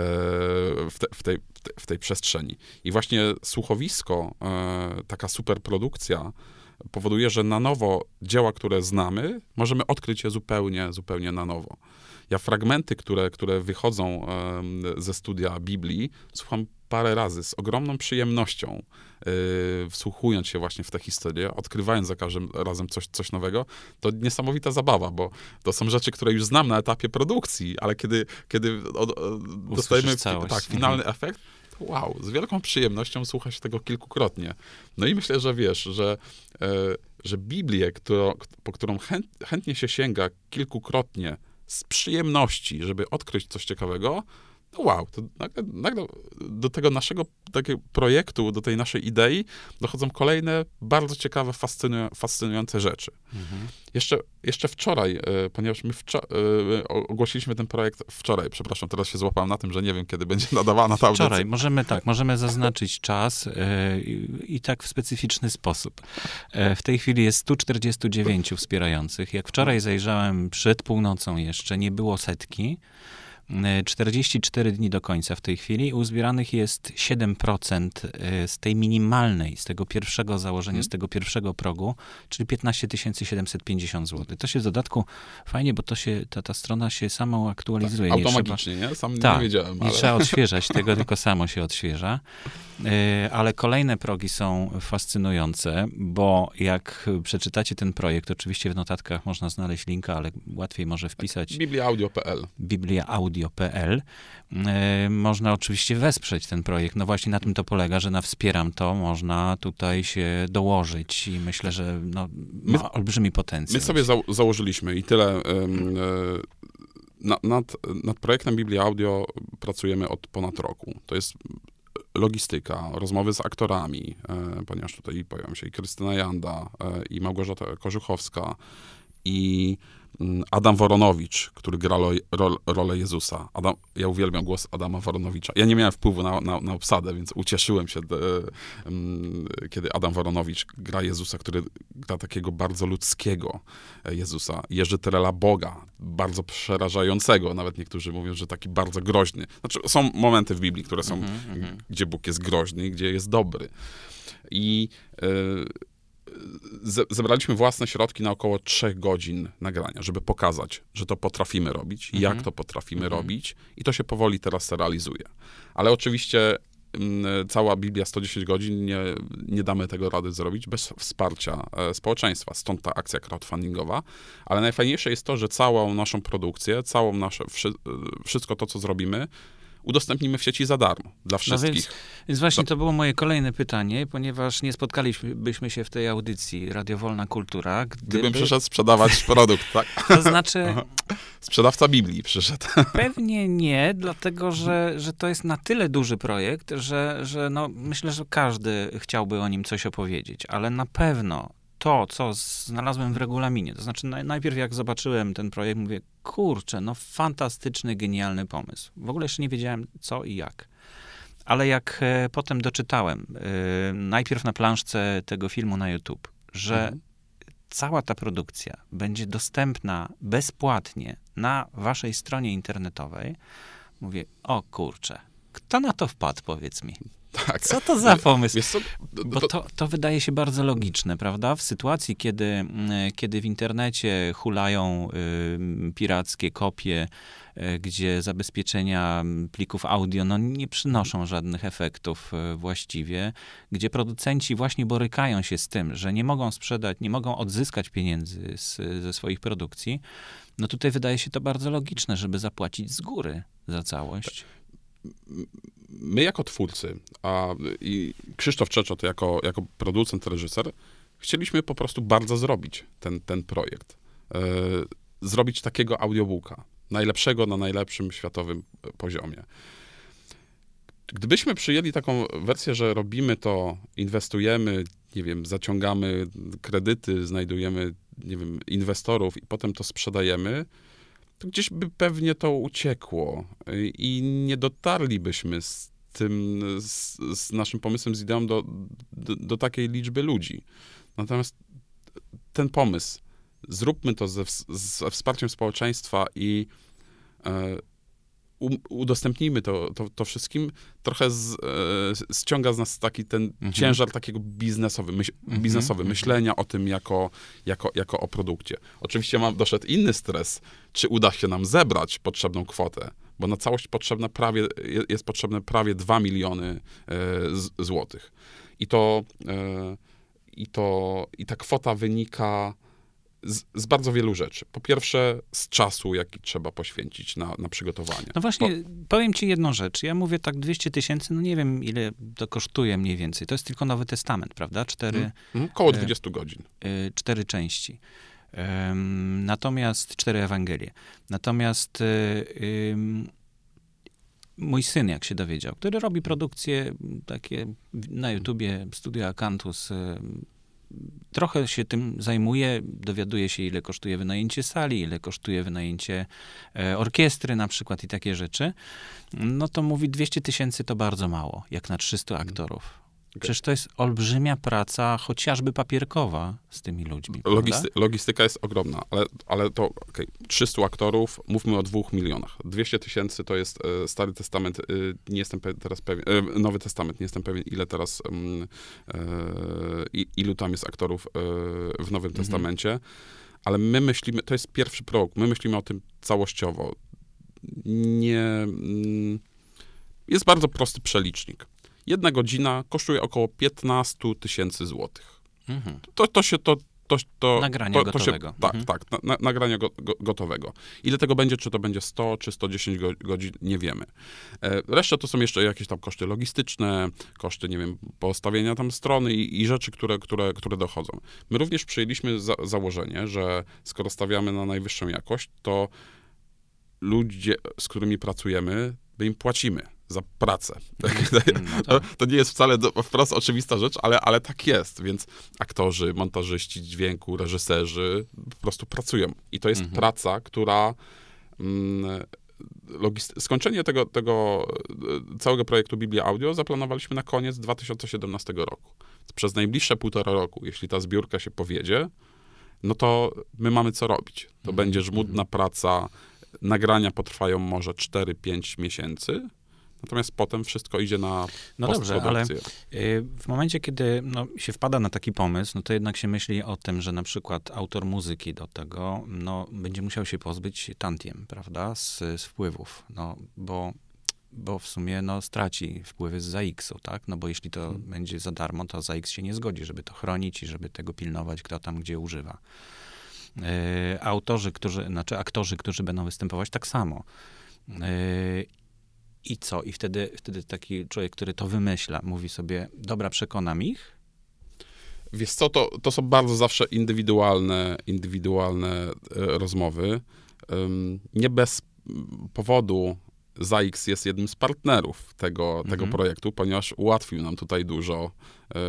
w, te, w, tej, w, te, w tej przestrzeni. I właśnie słuchowisko, e, taka superprodukcja, powoduje, że na nowo dzieła, które znamy, możemy odkryć je zupełnie, zupełnie na nowo. Ja fragmenty, które, które wychodzą em, ze studia Biblii, słucham parę razy z ogromną przyjemnością, yy, wsłuchując się właśnie w tę historię, odkrywając za każdym razem coś, coś nowego. To niesamowita zabawa, bo to są rzeczy, które już znam na etapie produkcji, ale kiedy, kiedy od, od, dostajemy całość. tak, finalny efekt, to wow, z wielką przyjemnością słucha się tego kilkukrotnie. No i myślę, że wiesz, że, e, że Biblię, którą, po którą chęt, chętnie się sięga kilkukrotnie z przyjemności, żeby odkryć coś ciekawego, no wow, to nagle, nagle do tego naszego takiego projektu, do tej naszej idei dochodzą kolejne bardzo ciekawe, fascynu, fascynujące rzeczy. Mhm. Jeszcze, jeszcze wczoraj, e, ponieważ my wczo- e, ogłosiliśmy ten projekt wczoraj, przepraszam, teraz się złapałem na tym, że nie wiem, kiedy będzie nadawana ta audycja. Wczoraj, możemy tak, możemy zaznaczyć czas e, i, i tak w specyficzny sposób. E, w tej chwili jest sto czterdzieści dziewięć wspierających. Jak wczoraj zajrzałem przed północą jeszcze, nie było setki. E, czterdzieści cztery dni do końca w tej chwili. Uzbieranych jest siedem procent e, z tej minimalnej, z tego pierwszego założenia, Hmm. z tego pierwszego progu, czyli piętnaście tysięcy siedemset pięćdziesiąt złotych. To się w dodatku fajnie, bo to się, ta, ta strona się samą aktualizuje. Nie trzeba- Automatycznie, nie? Sam Tak, nie wiedziałem, nie ale... trzeba odświeżać tego, tylko samo się odświeża. Yy, Ale kolejne progi są fascynujące, bo jak przeczytacie ten projekt, oczywiście w notatkach można znaleźć linka, ale łatwiej może wpisać bibliaaudio kropka p l. bibliaaudio kropka p l. Yy, Można oczywiście wesprzeć ten projekt. No właśnie na tym to polega, że na wspieram to można tutaj się dołożyć i myślę, że no, ma My- olbrzymi potencjał. My sobie za- założyliśmy i tyle. em, e, na, nad, nad projektem Biblia Audio pracujemy od ponad roku. To jest logistyka, rozmowy z aktorami, e, ponieważ tutaj pojawią się i Krystyna Janda, e, i Małgorzata Korzuchowska, i mm, Adam Woronowicz, który gra lo, rol, rolę Jezusa. Adam, ja uwielbiam głos Adama Woronowicza. Ja nie miałem wpływu na, na, na obsadę, więc ucieszyłem się, de, em, kiedy Adam Woronowicz gra Jezusa, który gra takiego bardzo ludzkiego Jezusa. Jerzy Terela Boga, bardzo przerażającego. Nawet niektórzy mówią, że taki bardzo groźny. Znaczy, są momenty w Biblii, które są, Mhm, mhm. gdzie Bóg jest groźny i gdzie jest dobry. I e, ze- zebraliśmy własne środki na około trzech godzin nagrania, żeby pokazać, że to potrafimy robić, Mhm. jak to potrafimy Mhm. robić i to się powoli teraz realizuje. Ale oczywiście mm, cała Biblia sto dziesięć godzin, nie, nie damy tego rady zrobić bez wsparcia e, społeczeństwa, stąd ta akcja crowdfundingowa, ale najfajniejsze jest to, że całą naszą produkcję, całą nasze, wszy, e, wszystko to, co zrobimy, udostępnimy w sieci za darmo dla wszystkich. No więc, więc właśnie to... to było moje kolejne pytanie, ponieważ nie spotkalibyśmy się w tej audycji Radio Wolna Kultura, gdyby... Gdybym przyszedł sprzedawać produkt, tak? To znaczy... Sprzedawca Biblii przyszedł. Pewnie nie, dlatego że, że to jest na tyle duży projekt, że, że no, myślę, że każdy chciałby o nim coś opowiedzieć, ale na pewno to, co znalazłem w regulaminie, to znaczy najpierw jak zobaczyłem ten projekt, mówię, kurczę, no fantastyczny, genialny pomysł. W ogóle jeszcze nie wiedziałem co i jak. Ale jak e, potem doczytałem, e, najpierw na planszce tego filmu na YouTube, że mhm. cała ta produkcja będzie dostępna bezpłatnie na waszej stronie internetowej, mówię, o kurczę, kto na to wpadł, powiedz mi? Tak. Co to za pomysł? Co? Bo to, to wydaje się bardzo logiczne, prawda? W sytuacji, kiedy, kiedy w internecie hulają y, pirackie kopie, y, gdzie zabezpieczenia plików audio no, nie przynoszą żadnych efektów y, właściwie, gdzie producenci właśnie borykają się z tym, że nie mogą sprzedać, nie mogą odzyskać pieniędzy z, ze swoich produkcji, no tutaj wydaje się to bardzo logiczne, żeby zapłacić z góry za całość. My jako twórcy, a i Krzysztof Czeczot jako, jako producent, reżyser, chcieliśmy po prostu bardzo zrobić ten, ten projekt. E, zrobić takiego audiobooka, najlepszego na najlepszym światowym poziomie. Gdybyśmy przyjęli taką wersję, że robimy to, inwestujemy, nie wiem, zaciągamy kredyty, znajdujemy, nie wiem, inwestorów i potem to sprzedajemy, to gdzieś by pewnie to uciekło i nie dotarlibyśmy z tym, z, z naszym pomysłem, z ideą do, do, do takiej liczby ludzi. Natomiast ten pomysł, zróbmy to ze, ze wsparciem społeczeństwa i e, u, udostępnijmy to, to, to wszystkim, trochę z, e, ściąga z nas taki ten mhm. ciężar takiego biznesowy, myśl, mhm. biznesowy myślenia o tym jako, jako, jako o produkcie. Oczywiście mam doszedł inny stres, czy uda się nam zebrać potrzebną kwotę, bo na całość potrzebne prawie, jest potrzebne prawie dwa miliony e, z, złotych. I to, e, i to, i ta kwota wynika z, z bardzo wielu rzeczy. Po pierwsze, z czasu, jaki trzeba poświęcić na, na przygotowanie. No właśnie, Bo... powiem ci jedną rzecz. Ja mówię tak dwieście tysięcy, no nie wiem, ile to kosztuje mniej więcej. To jest tylko Nowy Testament, prawda? Cztery... Mm, mm, koło dwadzieścia godzin. Y, cztery części. Um, natomiast, cztery Ewangelie. Natomiast y, y, mój syn, jak się dowiedział, który robi produkcje takie na YouTubie, Studio Akantus, y, trochę się tym zajmuje, dowiaduje się, ile kosztuje wynajęcie sali, ile kosztuje wynajęcie e, orkiestry na przykład i takie rzeczy, no to mówi dwieście tysięcy to bardzo mało, jak na trzystu aktorów. Okay. Przecież to jest olbrzymia praca, chociażby papierkowa z tymi ludźmi. Logisty, logistyka jest ogromna, ale, ale to okay, trzystu aktorów, mówmy o dwóch milionach. dwieście tysięcy to jest e, Stary Testament, e, nie jestem pe- teraz pewien, e, Nowy Testament, nie jestem pewien, ile teraz, e, e, ilu tam jest aktorów e, w Nowym mhm. Testamencie, ale my myślimy, to jest pierwszy prorok, my myślimy o tym całościowo. Nie, mm, jest bardzo prosty przelicznik. Jedna godzina kosztuje około piętnaście tysięcy złotych. Mhm. To, to się to... to, to nagrania to, to gotowego. Się, tak, mhm. tak, na, na, nagrania go, go, gotowego. Ile tego będzie, czy to będzie sto, czy sto dziesięć go, godzin, nie wiemy. E, reszta to są jeszcze jakieś tam koszty logistyczne, koszty, nie wiem, postawienia tam strony i, i rzeczy, które, które, które dochodzą. My również przyjęliśmy za, założenie, że skoro stawiamy na najwyższą jakość, to ludzie, z którymi pracujemy, my im płacimy za pracę. No to... to nie jest wcale do, wprost oczywista rzecz, ale, ale tak jest, więc aktorzy, montażyści dźwięku, reżyserzy po prostu pracują. I to jest mhm. praca, która mm, logist- skończenie tego, tego całego projektu Biblia Audio zaplanowaliśmy na koniec dwa tysiące siedemnastego roku. Przez najbliższe półtora roku, jeśli ta zbiórka się powiedzie, no to my mamy co robić. To mhm. będzie żmudna praca, nagrania potrwają może cztery pięć miesięcy, natomiast potem wszystko idzie na No dobrze, ale w momencie, kiedy no, się wpada na taki pomysł, no to jednak się myśli o tym, że na przykład autor muzyki do tego, no, będzie musiał się pozbyć tantiem, prawda, z, z wpływów, no, bo, bo w sumie, no, straci wpływy z Z A X-u, tak, no, bo jeśli to hmm. będzie za darmo, to Z A X się nie zgodzi, żeby to chronić i żeby tego pilnować, kto tam gdzie używa. Yy, autorzy, którzy, znaczy aktorzy, którzy będą występować, tak samo. Yy, I co? I wtedy, wtedy taki człowiek, który to wymyśla, mówi sobie, dobra, przekonam ich? Wiesz co, to, to są bardzo zawsze indywidualne, indywidualne e, rozmowy. Ym, nie bez powodu ZAIKS jest jednym z partnerów tego, mhm. tego projektu, ponieważ ułatwił nam tutaj dużo e,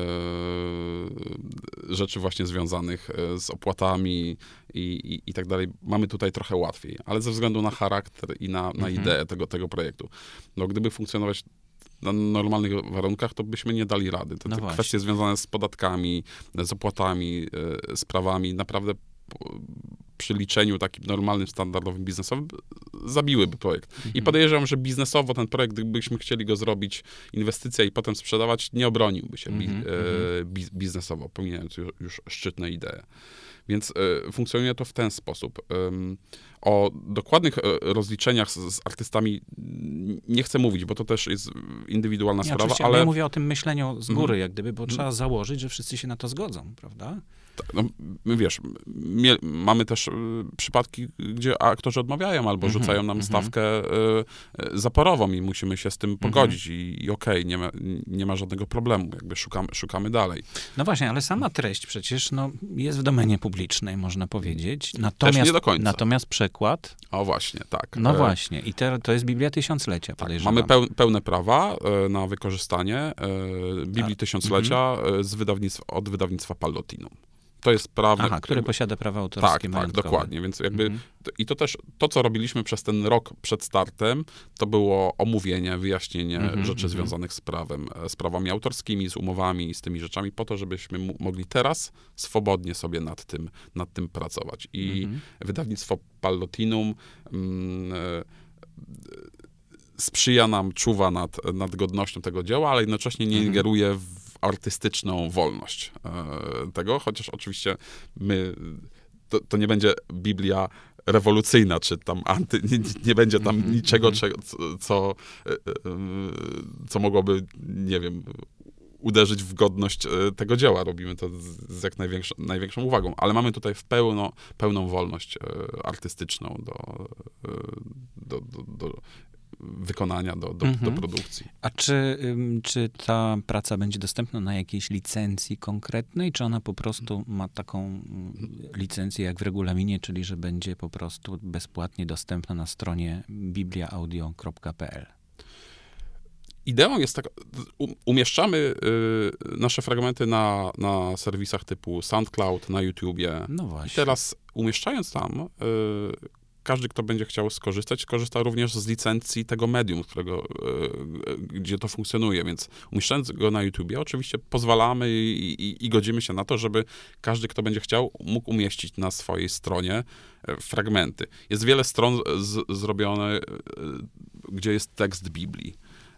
rzeczy właśnie związanych z opłatami i, i, i tak dalej. Mamy tutaj trochę łatwiej, ale ze względu na charakter i na, na mhm. ideę tego, tego projektu. No, gdyby funkcjonować na normalnych warunkach, to byśmy nie dali rady. Te, no te właśnie. kwestie związane z podatkami, z opłatami, e, z prawami, naprawdę przy liczeniu takim normalnym, standardowym, biznesowym zabiłyby projekt. Mhm. I podejrzewam, że biznesowo ten projekt, gdybyśmy chcieli go zrobić, inwestycja i potem sprzedawać, nie obroniłby się bi- Mhm. e, bi- biznesowo, pomijając już, już szczytne idee. Więc e, funkcjonuje to w ten sposób. Um, o dokładnych e, rozliczeniach z, z artystami nie chcę mówić, bo to też jest indywidualna Nie, sprawa, ale... ale... Ja mówię o tym myśleniu z góry, Mhm. jak gdyby, bo trzeba założyć, że wszyscy się na to zgodzą, prawda? No, my wiesz, mie, mamy też y, przypadki, gdzie aktorzy odmawiają albo Mhm, rzucają nam mhm. stawkę y, y, zaporową i musimy się z tym pogodzić Mhm. i, i okej, nie, ma, nie ma żadnego problemu, jakby szukamy, szukamy dalej. No właśnie, ale sama treść przecież no, jest w domenie publicznej, można powiedzieć. Natomiast, nie do końca. Natomiast przekład, O właśnie, tak. no E, właśnie, i te, to jest Biblia Tysiąclecia, tak, podejrzewam. mamy peł, pełne prawa e, na wykorzystanie e, Biblii A, Tysiąclecia e, z wydawnictwa, od wydawnictwa Pallotinum. To jest prawo... Aha, które posiada prawa autorskie Tak, tak, majątkowe. dokładnie. Więc jakby Mhm. to, i to też, to co robiliśmy przez ten rok przed startem, to było omówienie, wyjaśnienie Mhm, rzeczy mhm. związanych z prawem, e, z prawami autorskimi, z umowami, z tymi rzeczami, po to, żebyśmy mu- mogli teraz swobodnie sobie nad tym, nad tym pracować. I Mhm. wydawnictwo Pallotinum mm, e, sprzyja nam, czuwa nad, nad godnością tego dzieła, ale jednocześnie nie Mhm. ingeruje w artystyczną wolność e, tego, chociaż oczywiście my, to, to nie będzie Biblia rewolucyjna, czy tam anty, nie, nie będzie tam Mhm, niczego, mhm. cze- co, co, e, e, co mogłoby, nie wiem, uderzyć w godność e, tego dzieła. Robimy to z, z jak największą, największą uwagą, ale mamy tutaj w pełno, pełną wolność e, artystyczną do, e, do, do, do wykonania, do, do, Mhm. do produkcji. A czy, ym, czy ta praca będzie dostępna na jakiejś licencji konkretnej, czy ona po prostu ma taką mm, licencję jak w regulaminie, czyli że będzie po prostu bezpłatnie dostępna na stronie biblia audio kropka p l? Ideą jest taka, um- umieszczamy y, nasze fragmenty na, na serwisach typu SoundCloud, na YouTubie. No I właśnie. teraz umieszczając tam, y, każdy, kto będzie chciał skorzystać, korzysta również z licencji tego medium, którego, y, y, gdzie to funkcjonuje, więc umieszczając go na YouTubie, oczywiście pozwalamy i, i, i godzimy się na to, żeby każdy, kto będzie chciał, mógł umieścić na swojej stronie y, fragmenty. Jest wiele stron z, zrobione, y, gdzie jest tekst Biblii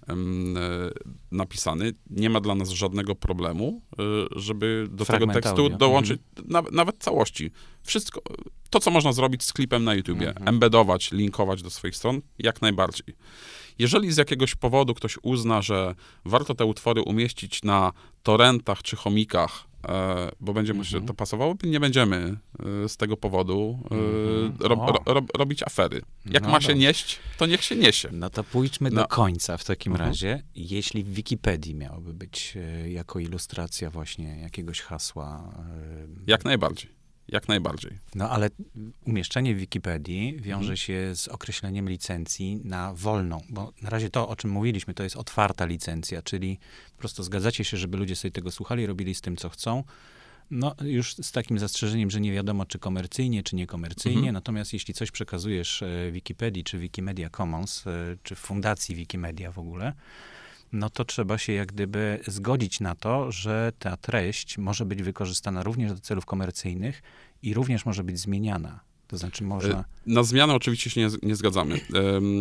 napisany. Nie ma dla nas żadnego problemu, żeby do Fragment tego tekstu audio. dołączyć nawet, nawet całości. Wszystko, to co można zrobić z klipem na YouTubie, Mhm. embedować, linkować do swoich stron, jak najbardziej. Jeżeli z jakiegoś powodu ktoś uzna, że warto te utwory umieścić na torrentach czy chomikach, e, bo będzie mu się Mhm. to pasowało, nie będziemy e, z tego powodu e, Mhm. ro, O. ro, ro, robić afery. Jak No ma się dobrze. nieść, to niech się niesie. No to pójdźmy No. do końca w takim Mhm. razie. Jeśli w Wikipedii miałoby być e, jako ilustracja właśnie jakiegoś hasła. e, Jak najbardziej. Jak najbardziej. No ale umieszczenie w Wikipedii wiąże Mhm. się z określeniem licencji na wolną, bo na razie to, o czym mówiliśmy, to jest otwarta licencja, czyli po prostu zgadzacie się, żeby ludzie sobie tego słuchali, robili z tym, co chcą. No już z takim zastrzeżeniem, że nie wiadomo, czy komercyjnie, czy niekomercyjnie. Mhm. Natomiast jeśli coś przekazujesz e, Wikipedii, czy Wikimedia Commons, e, czy Fundacji Wikimedia w ogóle, no to trzeba się jak gdyby zgodzić na to, że ta treść może być wykorzystana również do celów komercyjnych i również może być zmieniana. To znaczy można... Na zmianę oczywiście się nie, nie zgadzamy. Em,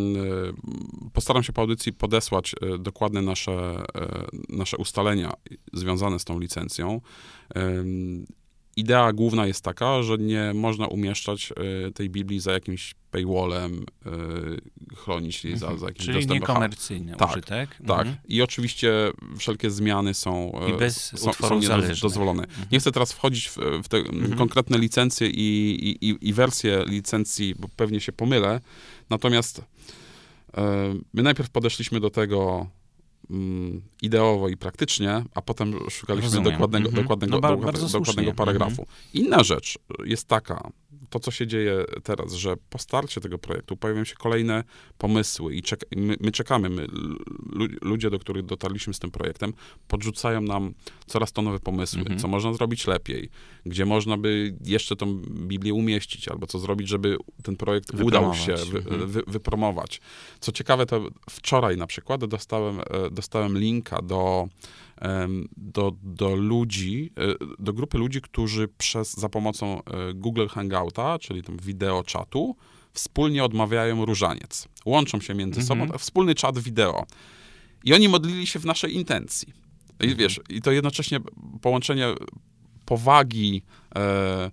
e, Postaram się po audycji podesłać e, dokładne nasze, e, nasze ustalenia związane z tą licencją. Em, Idea główna jest taka, że nie można umieszczać e, tej Biblii za jakimś paywallem, e, chronić jej za, za jakimś Czyli dostępem. niekomercyjny Tak, użytek. Tak. Mhm. I oczywiście wszelkie zmiany są, e, I bez są, są utworów zależnych. niedozwolone. Nie chcę teraz wchodzić w, w te Mhm. konkretne licencje i, i, i wersje licencji, bo pewnie się pomylę. Natomiast My najpierw podeszliśmy do tego ideowo i praktycznie, a potem szukaliśmy Rozumiem. dokładnego, Mhm. dokładnego, No, ba- dokładnego, bardzo dokładnego słusznie. paragrafu. Mhm. Inna rzecz jest taka, to co się dzieje teraz, że po starcie tego projektu pojawiają się kolejne pomysły i czek- my, my czekamy, my, lu- ludzie, do których dotarliśmy z tym projektem, podrzucają nam coraz to nowe pomysły, Mhm. co można zrobić lepiej, gdzie można by jeszcze tą Biblię umieścić, albo co zrobić, żeby ten projekt udał się, Wypromować. wy, Mhm. wy, wypromować. Co ciekawe, to wczoraj na przykład dostałem, e, dostałem linka do, em, do, do ludzi, e, do grupy ludzi, którzy przez, za pomocą e, Google Hangouta, czyli tam wideo czatu, wspólnie odmawiają różaniec. Łączą się między Mhm. sobą, wspólny czat wideo. I oni modlili się w naszej intencji. I Mhm. wiesz, i to jednocześnie połączenie powagi e, e,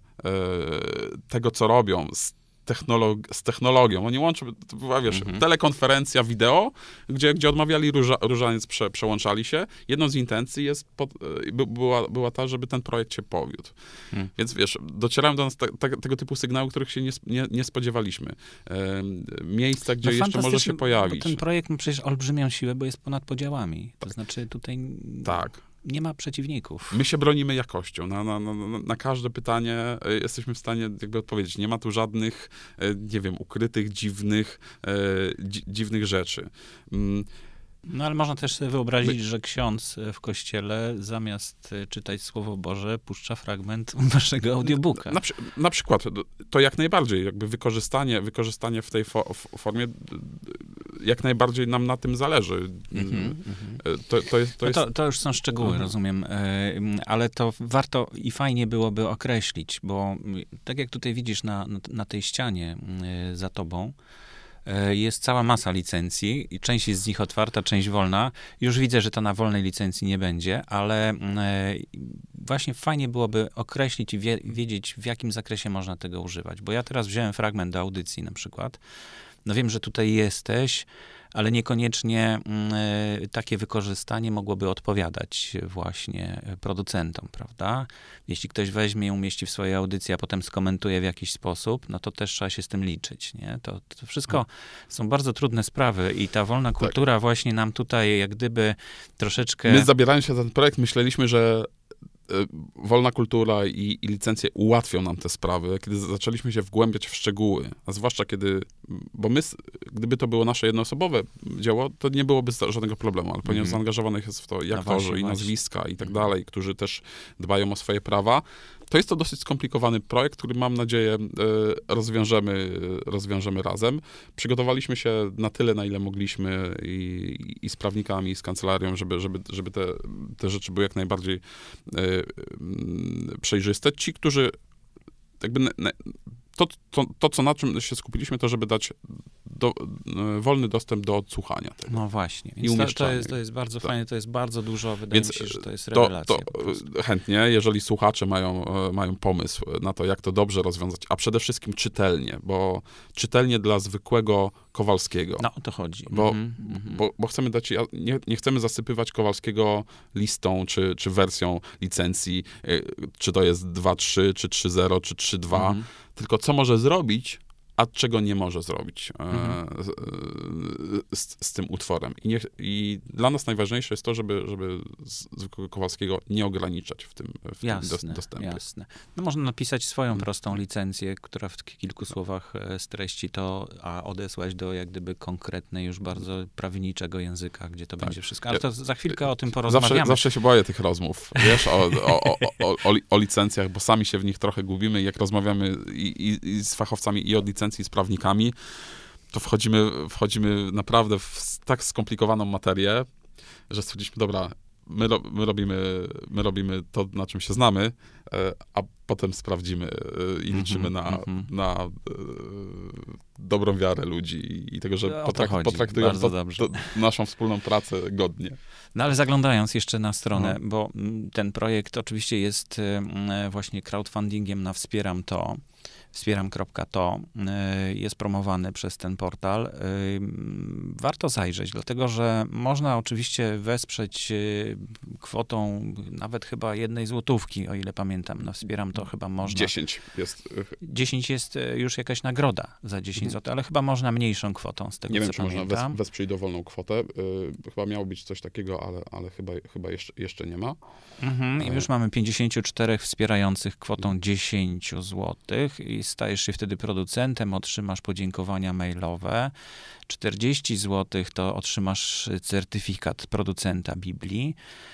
tego, co robią, z, technolog- z technologią. Oni łączą, to była, wiesz, Mhm. telekonferencja wideo, gdzie, gdzie odmawiali róża, różaniec, prze, przełączali się. Jedną z intencji jest pod, e, by, była, była ta, żeby ten projekt się powiódł. Hmm. Więc wiesz, docierają do nas te, te, tego typu sygnały, których się nie, nie, nie spodziewaliśmy. E, miejsca, gdzie No jeszcze może fantastycznie, się pojawić. Bo ten projekt ma przecież olbrzymią siłę, bo jest ponad podziałami. To znaczy tutaj Tak. nie ma przeciwników. My się bronimy jakością. Na, na, na, na każde pytanie e, jesteśmy w stanie jakby odpowiedzieć. Nie ma tu żadnych, e, nie wiem, ukrytych, dziwnych, e, dzi, dziwnych rzeczy. Mm, No ale można też sobie wyobrazić, że ksiądz w kościele zamiast e, czytać Słowo Boże puszcza fragment waszego audiobooka. Na, przy, na przykład, to jak najbardziej, jakby wykorzystanie, wykorzystanie w tej fo, w formie, jak najbardziej nam na tym zależy. Mhm, To, to jest... To No jest to, to już są szczegóły, Mhm. rozumiem, e, ale to warto i fajnie byłoby określić, bo mm, tak jak tutaj widzisz na, na, na tej ścianie e, za tobą, e, jest cała masa licencji i część jest z nich otwarta, część wolna. Już widzę, że to na wolnej licencji nie będzie, ale mm, e, właśnie fajnie byłoby określić i wie, wiedzieć, w jakim zakresie można tego używać. Bo ja teraz wziąłem fragment do audycji na przykład. No wiem, że tutaj jesteś, ale niekoniecznie y, takie wykorzystanie mogłoby odpowiadać właśnie producentom, prawda? Jeśli ktoś weźmie i umieści w swojej audycji, a potem skomentuje w jakiś sposób, no to też trzeba się z tym liczyć, nie? To, to wszystko są bardzo trudne sprawy i ta wolna kultura właśnie nam tutaj jak gdyby troszeczkę... My zabierając się za ten projekt, myśleliśmy, że wolna kultura i, i licencje ułatwią nam te sprawy, kiedy zaczęliśmy się wgłębiać w szczegóły, a zwłaszcza kiedy, bo my, gdyby to było nasze jednoosobowe dzieło, to nie byłoby żadnego problemu, ale ponieważ Mhm. zaangażowanych jest w to i No aktorzy, właśnie, i właśnie. nazwiska, i tak dalej, którzy też dbają o swoje prawa, to jest to dosyć skomplikowany projekt, który mam nadzieję e, rozwiążemy, rozwiążemy razem. Przygotowaliśmy się na tyle, na ile mogliśmy i, i z prawnikami, i z kancelarią, żeby, żeby, żeby te, te rzeczy były jak najbardziej e, m, przejrzyste. Ci, którzy jakby ne, ne, to, to, to, co na czym się skupiliśmy, to żeby dać do, e, wolny dostęp do odsłuchania tego. No właśnie, I więc to, to, umieszczanie. jest, to jest bardzo Tak. fajne, to jest bardzo dużo, wydaje Więc mi się, że to jest To, rewelacja. to po prostu. e, chętnie, jeżeli słuchacze mają, e, mają pomysł na to, jak to dobrze rozwiązać, a przede wszystkim czytelnie, bo czytelnie dla zwykłego Kowalskiego. No, o to chodzi. Bo, Mhm, mhm. bo, bo chcemy dać, ja- nie, nie chcemy zasypywać Kowalskiego listą, czy, czy wersją licencji, e, czy to jest dwa trzy, czy trzy zero, czy trzy dwa, Mhm. tylko co może zrobić, a czego nie może zrobić e, Mhm. z, z, z tym utworem. I, nie, I dla nas najważniejsze jest to, żeby, żeby z- zwykłego Kowalskiego nie ograniczać w tym, w tym dos, Jasne, dostępie. jasne. No można napisać swoją Mm. prostą licencję, która w kilku słowach e, streści to, a odesłać do jak gdyby konkretnej, już bardzo prawniczego języka, gdzie to Tak. będzie wszystko. Ale Ja- to za chwilkę o tym Zawsze, porozmawiamy. zawsze się boję tych rozmów, wiesz, o, o, o, o, o, li- o licencjach, bo sami się w nich trochę gubimy i jak rozmawiamy i, i, i z fachowcami i od licencji, i z prawnikami, to wchodzimy, wchodzimy naprawdę w s- tak skomplikowaną materię, że stwierdziliśmy, dobra, my, ro, my, robimy, my robimy to, na czym się znamy, e, a potem sprawdzimy e, i liczymy na, mhm. na e, dobrą wiarę ludzi i, i tego, że O to potrak, chodzi. potraktują Bardzo to, dobrze. to naszą wspólną pracę godnie. No ale zaglądając jeszcze na stronę, No. bo mm, ten projekt oczywiście jest mm, właśnie crowdfundingiem na Wspieram To. wspieram kropka to, jest promowany przez ten portal. Warto zajrzeć, dlatego że można oczywiście wesprzeć kwotą nawet chyba jednej złotówki, o ile pamiętam. No wspieram to chyba można. dziesięć jest. dziesięć jest już jakaś nagroda za dziesięć Mhm. złotych, ale chyba można mniejszą kwotą, z tego Nie co wiem, czy można pamiętam. wes- wesprzeć dowolną kwotę. Yy, chyba miało być coś takiego, ale, ale chyba, chyba jeszcze, jeszcze nie ma. Mhm, i E- już mamy pięćdziesięciu czterech wspierających kwotą dziesięć złotych i stajesz się wtedy producentem, otrzymasz podziękowania mailowe. czterdzieści złotych to otrzymasz certyfikat producenta Biblii.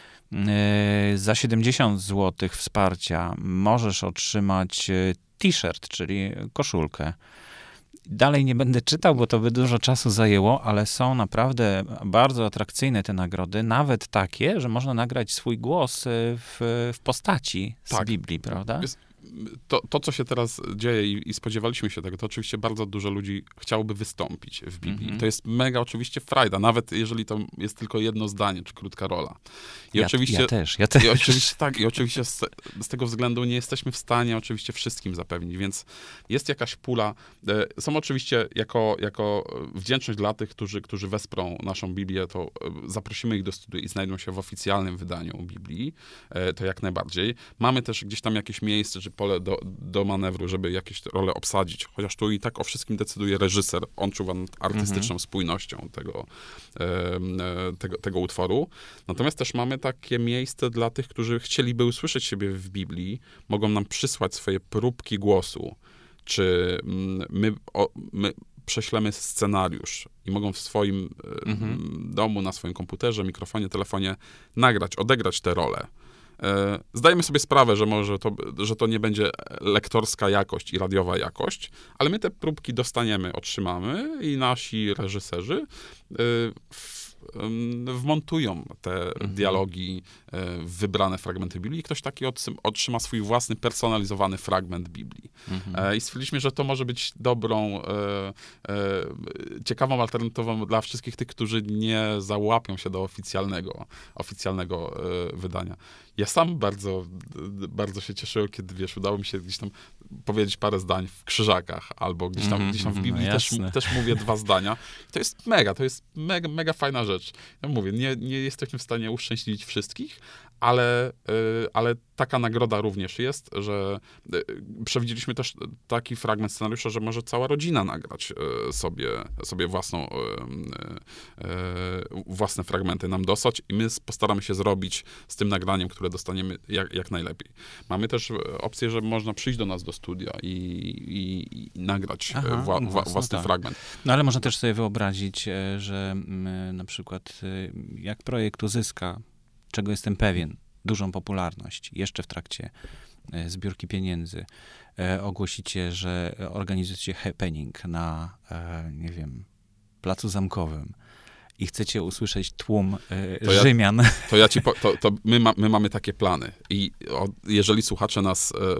Yy, Za siedemdziesiąt złotych wsparcia możesz otrzymać yy, t-shirt, czyli koszulkę. Dalej nie będę czytał, bo to by dużo czasu zajęło, ale są naprawdę bardzo atrakcyjne te nagrody, nawet takie, że można nagrać swój głos yy, w, w postaci z Tak. Biblii, prawda? Jest, to, to, co się teraz dzieje i, i spodziewaliśmy się tego, to oczywiście bardzo dużo ludzi chciałoby wystąpić w Biblii. Mhm. To jest mega oczywiście frajda, nawet jeżeli to jest tylko jedno zdanie, czy krótka rola. I ja, oczywiście... ja też, ja też. I oczywiście tak, i oczywiście z, z tego względu nie jesteśmy w stanie oczywiście wszystkim zapewnić, więc jest jakaś pula. E, Są oczywiście jako, jako wdzięczność dla tych, którzy, którzy wesprą naszą Biblię, to e, zaprosimy ich do studiu i znajdą się w oficjalnym wydaniu Biblii, e, to jak najbardziej. Mamy też gdzieś tam jakieś miejsce, czy pole do, do manewru, żeby jakieś role obsadzić, chociaż tu i tak o wszystkim decyduje reżyser, on czuwa nad artystyczną Mhm. spójnością tego, e, e, tego, tego utworu. Natomiast też mamy takie miejsce dla tych, którzy chcieliby usłyszeć siebie w Biblii, mogą nam przysłać swoje próbki głosu, czy mm, my, o, my prześlemy scenariusz i mogą w swoim e, Mhm. domu, na swoim komputerze, mikrofonie, telefonie nagrać, odegrać tę rolę. E, Zdajemy sobie sprawę, że może to, że to nie będzie lektorska jakość i radiowa jakość, ale my te próbki dostaniemy, otrzymamy i nasi reżyserzy e, w, em, wmontują te Mhm. dialogi, e, wybrane fragmenty Biblii i ktoś taki otrzym- otrzyma swój własny, personalizowany fragment Biblii. Mhm. E, I stwierdziliśmy, że to może być dobrą, e, e, ciekawą alternatywą dla wszystkich tych, którzy nie załapią się do oficjalnego, oficjalnego e, wydania. Ja sam bardzo, d- bardzo się cieszyłem, kiedy, wiesz, udało mi się gdzieś tam powiedzieć parę zdań w Krzyżakach, albo gdzieś tam, Mhm, gdzieś tam w mhm, Biblii no też, jasne. też mówię dwa zdania. To jest mega, to jest mega, mega fajna rzecz. Ja mówię, nie, nie jesteśmy w stanie uszczęśliwić wszystkich, ale, y, ale taka nagroda również jest, że y, przewidzieliśmy też taki fragment scenariusza, że może cała rodzina nagrać y, sobie, sobie własną, y, y, y, własne fragmenty nam dosłać i my postaramy się zrobić z tym nagraniem, które dostaniemy jak, jak najlepiej. Mamy też opcję, że można przyjść do nas do studia i, i, i nagrać Aha, wła, no wła, własne, własny tak. fragment. No ale można też sobie wyobrazić, e, że mm, na przykład e, jak projekt uzyska, czego jestem pewien, dużą popularność jeszcze w trakcie e, zbiórki pieniędzy, e, ogłosicie, że organizujecie happening na, e, nie wiem, Placu Zamkowym i chcecie usłyszeć tłum e, To ja- Rzymian. To ja ci po, to, to my, ma, my mamy takie plany i o, jeżeli słuchacze nas, e,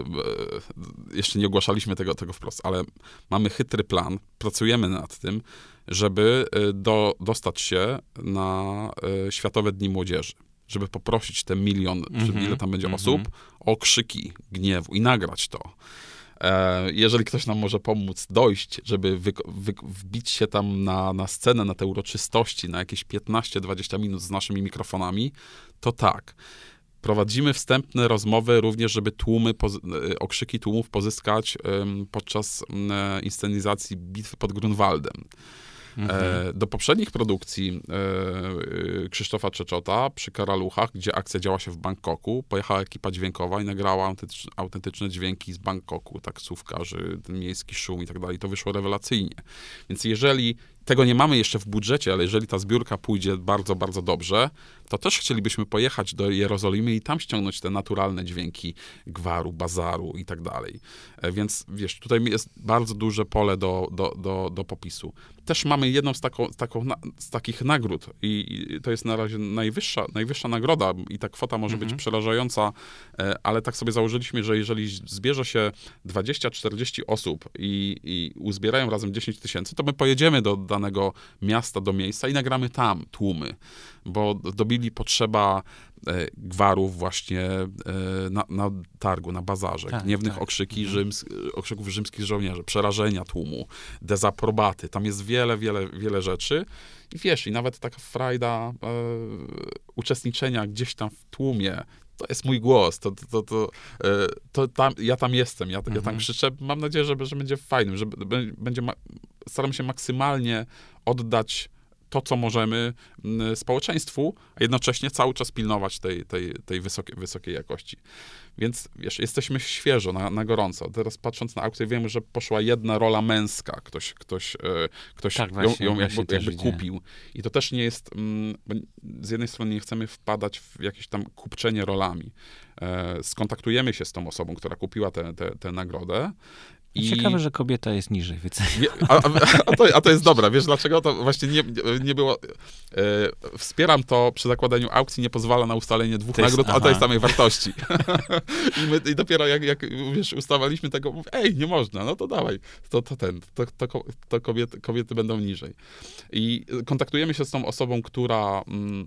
e, jeszcze nie ogłaszaliśmy tego, tego wprost, ale mamy chytry plan, pracujemy nad tym, żeby e, do, dostać się na e, Światowe Dni Młodzieży, żeby poprosić ten milion, czy Mhm, ile tam będzie mhm. osób, o krzyki gniewu i nagrać to. E, Jeżeli ktoś nam może pomóc dojść, żeby wy, wy, wbić się tam na, na scenę, na te uroczystości, na jakieś piętnaście dwadzieścia minut z naszymi mikrofonami, to tak. Prowadzimy wstępne rozmowy również, żeby tłumy, pozy- e, okrzyki tłumów pozyskać em, podczas em, e, inscenizacji Bitwy pod Grunwaldem. Mhm. E, do poprzednich produkcji e, e, Krzysztofa Czeczota przy Karaluchach, gdzie akcja działa się w Bangkoku, pojechała ekipa dźwiękowa i nagrała autentyczne, autentyczne dźwięki z Bangkoku, taksówkarzy, ten miejski szum i tak dalej. To wyszło rewelacyjnie. Więc jeżeli tego nie mamy jeszcze w budżecie, ale jeżeli ta zbiórka pójdzie bardzo, bardzo dobrze, to też chcielibyśmy pojechać do Jerozolimy i tam ściągnąć te naturalne dźwięki gwaru, bazaru i tak dalej. E, Więc wiesz, tutaj jest bardzo duże pole do, do, do, do popisu. Też mamy jedną z, taką, z, taką, na- z takich nagród i, i to jest na razie najwyższa, najwyższa nagroda i ta kwota może Mhm. być przerażająca, e, ale tak sobie założyliśmy, że jeżeli zbierze się dwadzieścia czterdzieści osób i, i uzbierają razem dziesięć tysięcy, to my pojedziemy do danego miasta, do miejsca i nagramy tam tłumy, bo do Biblii potrzeba gwarów właśnie e, na, na targu, na bazarze, Tak, gniewnych tak. okrzyki Mhm. rzyms, okrzyków rzymskich żołnierzy, przerażenia tłumu, dezaprobaty. Tam jest wiele, wiele, wiele rzeczy. I wiesz, i nawet taka frajda e, uczestniczenia gdzieś tam w tłumie, to jest mój głos, to, to, to, to, e, to tam, ja tam jestem, ja, Mhm. ja tam krzyczę. Mam nadzieję, że, że będzie fajnym, że b- będzie, ma, staram się maksymalnie oddać to, co możemy m, społeczeństwu, a jednocześnie cały czas pilnować tej, tej, tej wysokiej, wysokiej jakości. Więc wiesz, jesteśmy świeżo, na, na gorąco. Teraz patrząc na aukcję, wiemy, że poszła jedna rola męska. Ktoś, ktoś, e, ktoś Tak, ją, właśnie, ją właśnie jakby, też jakby widziałem. kupił. I to też nie jest, mm, bo z jednej strony nie chcemy wpadać w jakieś tam kupczenie rolami. E, skontaktujemy się z tą osobą, która kupiła tę te, te, te nagrodę. I... Ciekawe, że kobieta jest niżej wyceniona. Wie- A, a, a, to, a to jest dobre, wiesz dlaczego? To właśnie nie, nie było... E, wspieram to przy zakładaniu aukcji, nie pozwala na ustalenie dwóch To jest- nagród o aha. tej samej wartości. I, my, I dopiero jak, jak wiesz, ustalaliśmy tego, mówię, ej, nie można, no to dawaj, to, to ten, to, to, ko- to kobiety, kobiety będą niżej. I kontaktujemy się z tą osobą, która... Mm,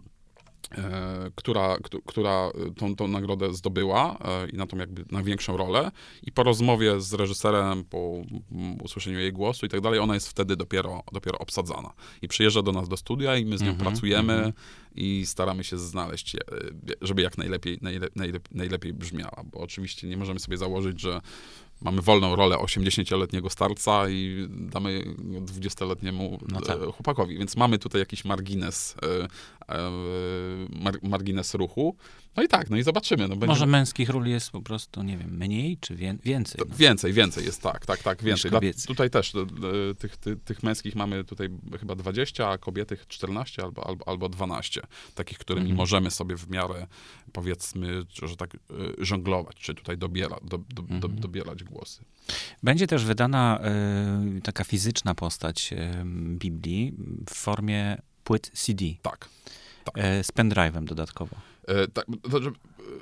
E, która, któ- która tą, tą nagrodę zdobyła e, i na tą jakby na większą rolę i po rozmowie z reżyserem, po mm, usłyszeniu jej głosu i tak dalej, ona jest wtedy dopiero, dopiero obsadzana. I przyjeżdża do nas do studia i my z nią Mhm, pracujemy mhm. i staramy się znaleźć, e, żeby jak najlepiej, najle, najlepiej, najlepiej brzmiała, bo oczywiście nie możemy sobie założyć, że mamy wolną rolę osiemdziesięcioletniego starca i damy dwudziestoletniemu No tak. e, chłopakowi. Więc mamy tutaj jakiś margines, e, e, mar, margines ruchu. No i tak, no i zobaczymy. No będzie, Może męskich ról jest po prostu, nie wiem, mniej czy wię- więcej? No. Więcej, więcej jest, tak, tak, tak, więcej. Dla, kobiecych. tutaj też e, e, tych, ty, tych męskich mamy tutaj chyba dwadzieścia, a kobietych czternaście albo, albo, albo dwanaście. Takich, którymi Mhm. możemy sobie w miarę, powiedzmy, że tak e, żonglować, czy tutaj dobiera, do, do, do, Mhm. dobierać głosy. Będzie też wydana y, taka fizyczna postać y, Biblii w formie płyt C D Tak. y, z pendrive'em dodatkowo. E, tak, to, że, e,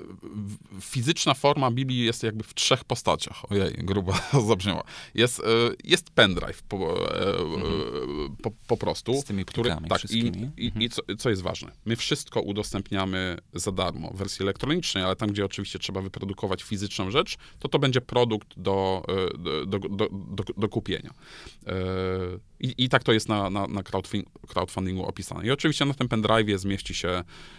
w- fizyczna forma Biblii jest jakby w trzech postaciach. Ojej, grubo zabrzmiała. Jest, e, jest pendrive po, e, Mhm. po, po prostu. Z tymi który, plikami tak, i, wszystkimi. i, Mhm. i co, co jest ważne? My wszystko udostępniamy za darmo w wersji elektronicznej, ale tam, gdzie oczywiście trzeba wyprodukować fizyczną rzecz, to to będzie produkt do, e, do, do, do, do, do kupienia. E, I, I tak to jest na, na, na crowdfunding, crowdfundingu opisane. I oczywiście na tym pendrive'ie zmieści się.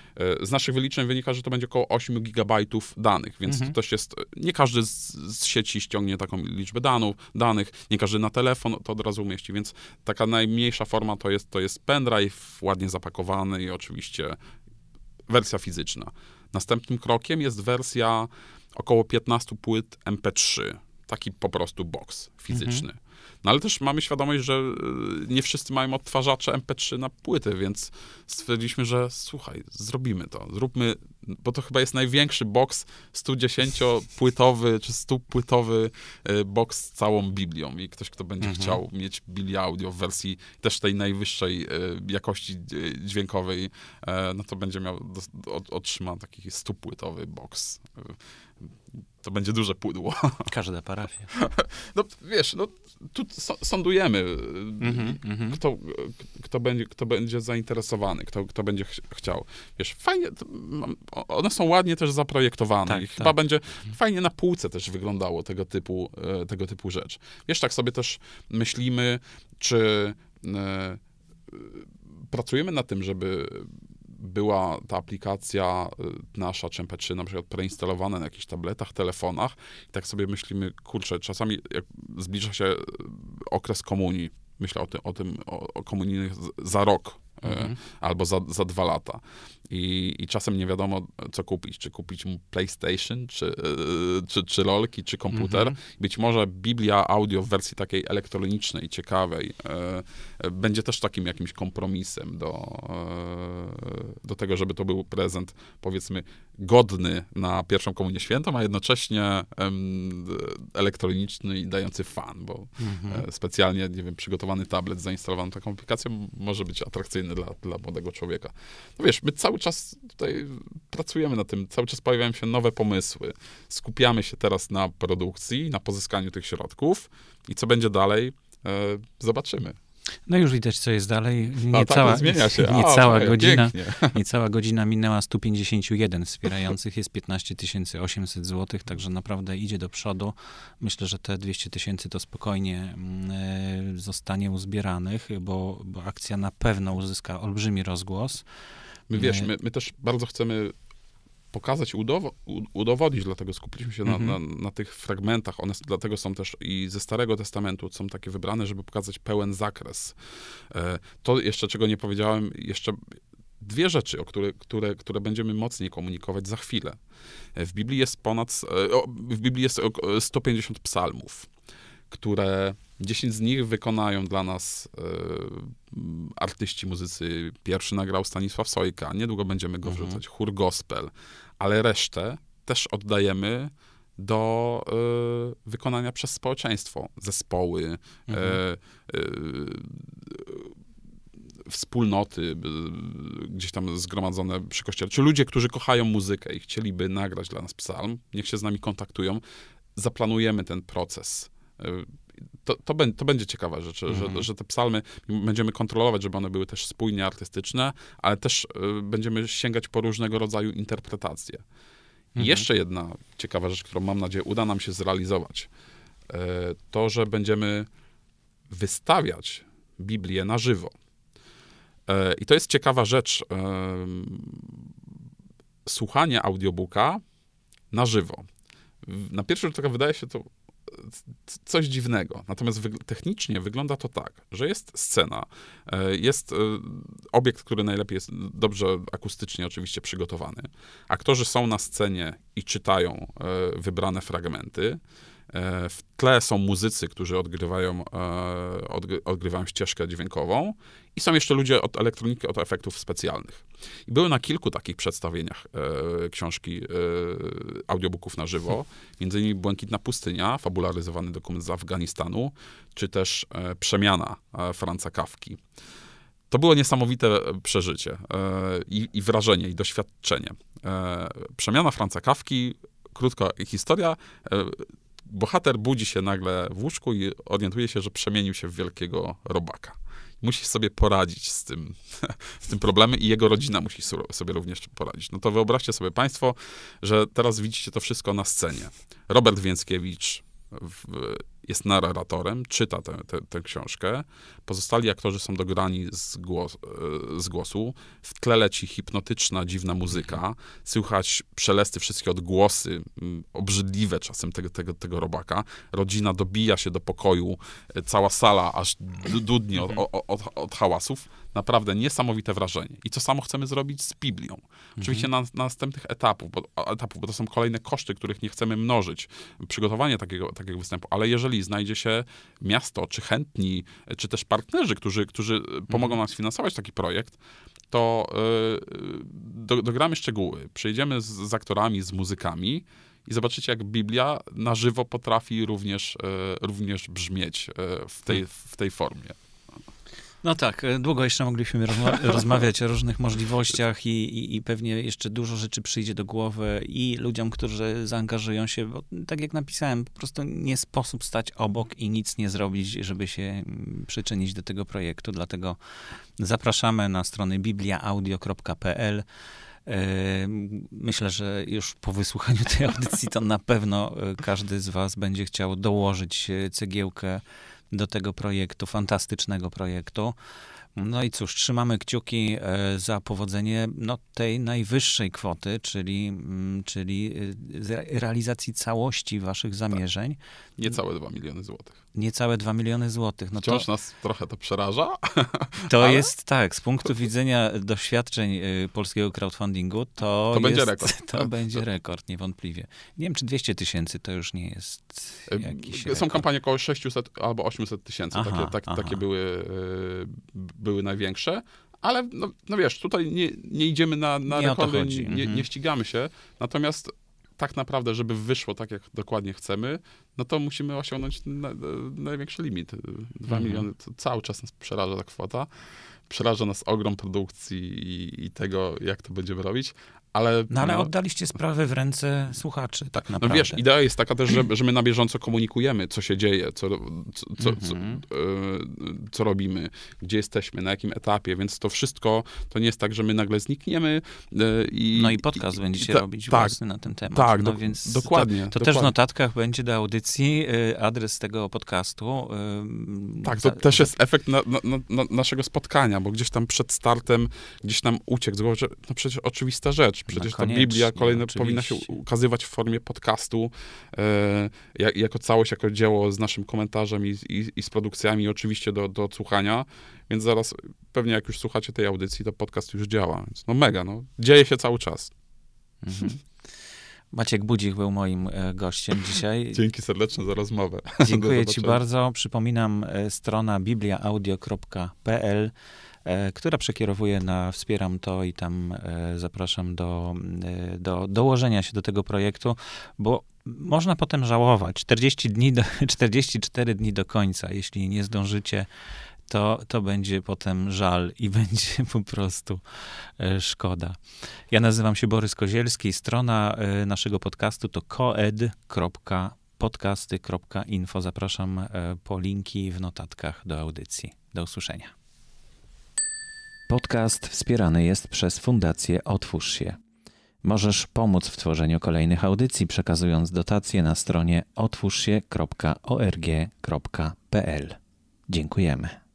Z naszych wyliczeń wynika, że to będzie około osiem gigabajtów danych, więc Mhm. to też jest, nie każdy z, z sieci ściągnie taką liczbę danów, danych, nie każdy na telefon to od razu umieści, więc taka najmniejsza forma to jest, to jest pendrive, ładnie zapakowany i oczywiście wersja fizyczna. Następnym krokiem jest wersja około piętnaście płyt em pe trzy, taki po prostu box fizyczny. Mhm. No ale też mamy świadomość, że y, nie wszyscy mają odtwarzacze em pe trzy na płyty, więc stwierdziliśmy, że słuchaj, zrobimy to. Zróbmy, bo to chyba jest największy box studziesięciopłytowy czy stupłytowy y, box z całą Biblią. I ktoś, kto będzie Mhm. chciał mieć Biblię audio w wersji też tej najwyższej y, jakości y, dźwiękowej, y, no to będzie miał, do, od, otrzyma taki stupłytowy box. Y, to będzie duże pudło. Każda parafia. No wiesz, no tu so- sądujemy, Mhm, mhm. kto, kto, będzie, kto będzie zainteresowany, kto, kto będzie ch- chciał. Wiesz, fajnie, to mam- o- one są ładnie też zaprojektowane Tak, i tak. chyba będzie fajnie na półce też wyglądało tego typu, e, tego typu rzecz. Wiesz, tak sobie też myślimy, czy e, pracujemy nad tym, żeby była ta aplikacja y, nasza, czy em pe trzy, na przykład preinstalowana na jakichś tabletach, telefonach i tak sobie myślimy, kurczę, czasami jak zbliża się y, okres komunii, myślę o tym, o, tym, o, o komunijnych z- za rok y, Mhm. albo za, za dwa lata. I, I czasem nie wiadomo, co kupić. Czy kupić mu PlayStation, czy, y, czy, czy lolki, czy komputer. Mhm. Być może Biblia audio w wersji takiej elektronicznej, ciekawej, e, e, będzie też takim jakimś kompromisem do, e, do tego, żeby to był prezent, powiedzmy, godny na pierwszą komunię świętą, a jednocześnie em, elektroniczny i dający fan, bo Mhm. e, specjalnie, nie wiem, przygotowany tablet z zainstalowaną taką aplikacją m- może być atrakcyjny dla, dla młodego człowieka. No wiesz, my cały czas tutaj pracujemy nad tym, cały czas pojawiają się nowe pomysły. Skupiamy się teraz na produkcji, na pozyskaniu tych środków i co będzie dalej, e, zobaczymy. No już widać, co jest dalej. Niecała, tak, zmienia się. Niecała godzina, niecała godzina minęła, stu pięćdziesięciu jeden wspierających, jest piętnaście tysięcy osiemset złotych, także naprawdę idzie do przodu. Myślę, że te dwieście tysięcy to spokojnie y, zostanie uzbieranych, bo, bo akcja na pewno uzyska olbrzymi rozgłos. My wiesz, my, my też bardzo chcemy pokazać i udowo- udowodnić, dlatego skupiliśmy się na, na, na tych fragmentach. One dlatego są też i ze Starego Testamentu są takie wybrane, żeby pokazać pełen zakres. To jeszcze, czego nie powiedziałem, jeszcze dwie rzeczy, o które, które, które będziemy mocniej komunikować za chwilę. W Biblii jest ponad, w Biblii jest sto pięćdziesiąt psalmów, które dziesięć z nich wykonają dla nas e, artyści, muzycy. Pierwszy nagrał Stanisław Sojka, niedługo będziemy go wrzucać, mhm. chór gospel, ale resztę też oddajemy do e, wykonania przez społeczeństwo. Zespoły, mhm. e, e, wspólnoty gdzieś tam zgromadzone przy kościele, czy ludzie, którzy kochają muzykę i chcieliby nagrać dla nas psalm, niech się z nami kontaktują. Zaplanujemy ten proces. To, to, be, to będzie ciekawa rzecz, mhm. że, że te psalmy będziemy kontrolować, żeby one były też spójnie artystyczne, ale też y, będziemy sięgać po różnego rodzaju interpretacje. I mhm. jeszcze jedna ciekawa rzecz, którą mam nadzieję uda nam się zrealizować, y, to, że będziemy wystawiać Biblię na żywo. Y, I to jest ciekawa rzecz. Y, słuchanie audiobooka na żywo. Na pierwszy rzut oka wydaje się to coś dziwnego. Natomiast wyg- technicznie wygląda to tak, że jest scena, jest obiekt, który najlepiej jest dobrze akustycznie oczywiście przygotowany. Aktorzy są na scenie i czytają wybrane fragmenty. W tle są muzycy, którzy odgrywają, odgry- odgrywają ścieżkę dźwiękową i są jeszcze ludzie od elektroniki, od efektów specjalnych. I były na kilku takich przedstawieniach e, książki, e, audiobooków na żywo, między innymi Błękitna pustynia, fabularyzowany dokument z Afganistanu, czy też e, Przemiana e, Franza Kafki. To było niesamowite przeżycie e, i, i wrażenie, i doświadczenie. E, Przemiana Franza Kafki, krótka historia, e, bohater budzi się nagle w łóżku i orientuje się, że przemienił się w wielkiego robaka. Musi sobie poradzić z tym, z tym problemem i jego rodzina musi sobie również poradzić. No to wyobraźcie sobie państwo, że teraz widzicie to wszystko na scenie. Robert Więckiewicz w, jest narratorem, czyta tę, tę, tę książkę. Pozostali aktorzy są dograni z, głos, z głosu. W tle leci hipnotyczna, dziwna muzyka. Słychać szelesty, wszystkie odgłosy, obrzydliwe czasem tego, tego, tego robaka. Rodzina dobija się do pokoju. Cała sala aż dudni od, od, od hałasów. Naprawdę niesamowite wrażenie. I to samo chcemy zrobić z Biblią. Mhm. Oczywiście na, na następnych etapów bo, etapów, bo to są kolejne koszty, których nie chcemy mnożyć. Przygotowanie takiego, takiego występu. Ale jeżeli znajdzie się miasto, czy chętni, czy też partnerzy, którzy, którzy pomogą mhm. nam sfinansować taki projekt, to yy, do, dogramy szczegóły. Przyjedziemy z, z aktorami, z muzykami i zobaczycie, jak Biblia na żywo potrafi również, yy, również brzmieć yy, w, tej, w tej formie. No tak, długo jeszcze mogliśmy rozma- rozmawiać o różnych możliwościach i, i, i pewnie jeszcze dużo rzeczy przyjdzie do głowy i ludziom, którzy zaangażują się, bo tak jak napisałem, po prostu nie sposób stać obok i nic nie zrobić, żeby się przyczynić do tego projektu, dlatego zapraszamy na stronę biblia audio kropka p l. Myślę, że już po wysłuchaniu tej audycji to na pewno każdy z was będzie chciał dołożyć cegiełkę do tego projektu, fantastycznego projektu. No i cóż, trzymamy kciuki za powodzenie no, tej najwyższej kwoty, czyli, czyli realizacji całości waszych zamierzeń. Tak. Niecałe dwa miliony złotych. Niecałe dwa miliony złotych. No Wciąż to, nas trochę to przeraża. To ale... jest tak, z punktu widzenia doświadczeń polskiego crowdfundingu, to, to będzie jest, rekord. To będzie rekord, niewątpliwie. Nie wiem, czy dwieście tysięcy to już nie jest jakiś Są rekord. kampanie około sześćset albo osiemset tysięcy. Takie, tak, takie były, były największe. Ale no, no wiesz, tutaj nie, nie idziemy na, na nie rekordy, nie, mhm. nie ścigamy się. Natomiast tak naprawdę, żeby wyszło tak, jak dokładnie chcemy, no to musimy osiągnąć na, na, największy limit. Dwa mhm. miliony, to cały czas nas przeraża ta kwota. przeraża nas ogrom produkcji i, i tego, jak to będziemy robić. Ale, no ale no, oddaliście sprawę w ręce słuchaczy, tak naprawdę. No wiesz, idea jest taka też, że, że my na bieżąco komunikujemy, co się dzieje, co, co, co, Mhm. co, e, co robimy, gdzie jesteśmy, na jakim etapie, więc to wszystko, to nie jest tak, że my nagle znikniemy. E, i, No i podcast i, będziecie ta, robić tak, własny na ten temat. Tak, no do, więc dokładnie. To, to dokładnie. też w notatkach będzie do audycji y, adres tego podcastu. Y, Tak, to za, też za... jest efekt na, na, na naszego spotkania, bo gdzieś tam przed startem, gdzieś nam uciekł z głowy, że no przecież oczywista rzecz, przecież No ta Biblia kolejna oczywiście. powinna się ukazywać w formie podcastu, e, jak, jako całość, jako dzieło z naszym komentarzem i, i, i z produkcjami oczywiście do, do odsłuchania, więc zaraz pewnie jak już słuchacie tej audycji, to podcast już działa, więc no mega, no, dzieje się cały czas. Mhm. Maciek Budzik był moim e, gościem dzisiaj. Dzięki serdeczne za rozmowę. Dziękuję ci bardzo. Przypominam, e, strona biblia audio kropka p l, e, która przekierowuje na Wspieram to i tam e, zapraszam do, e, do dołożenia się do tego projektu, bo można potem żałować. czterdzieści dni do, czterdzieści cztery dni do końca, jeśli nie zdążycie, to, to będzie potem żal i będzie po prostu e, szkoda. Ja nazywam się Borys Kozielski. Strona e, naszego podcastu to koed kropka podcasty kropka info. Zapraszam e, po linki w notatkach do audycji. Do usłyszenia. Podcast wspierany jest przez Fundację Otwórz się. Możesz pomóc w tworzeniu kolejnych audycji, przekazując dotacje na stronie otwórz się kropka org kropka p l. Dziękujemy.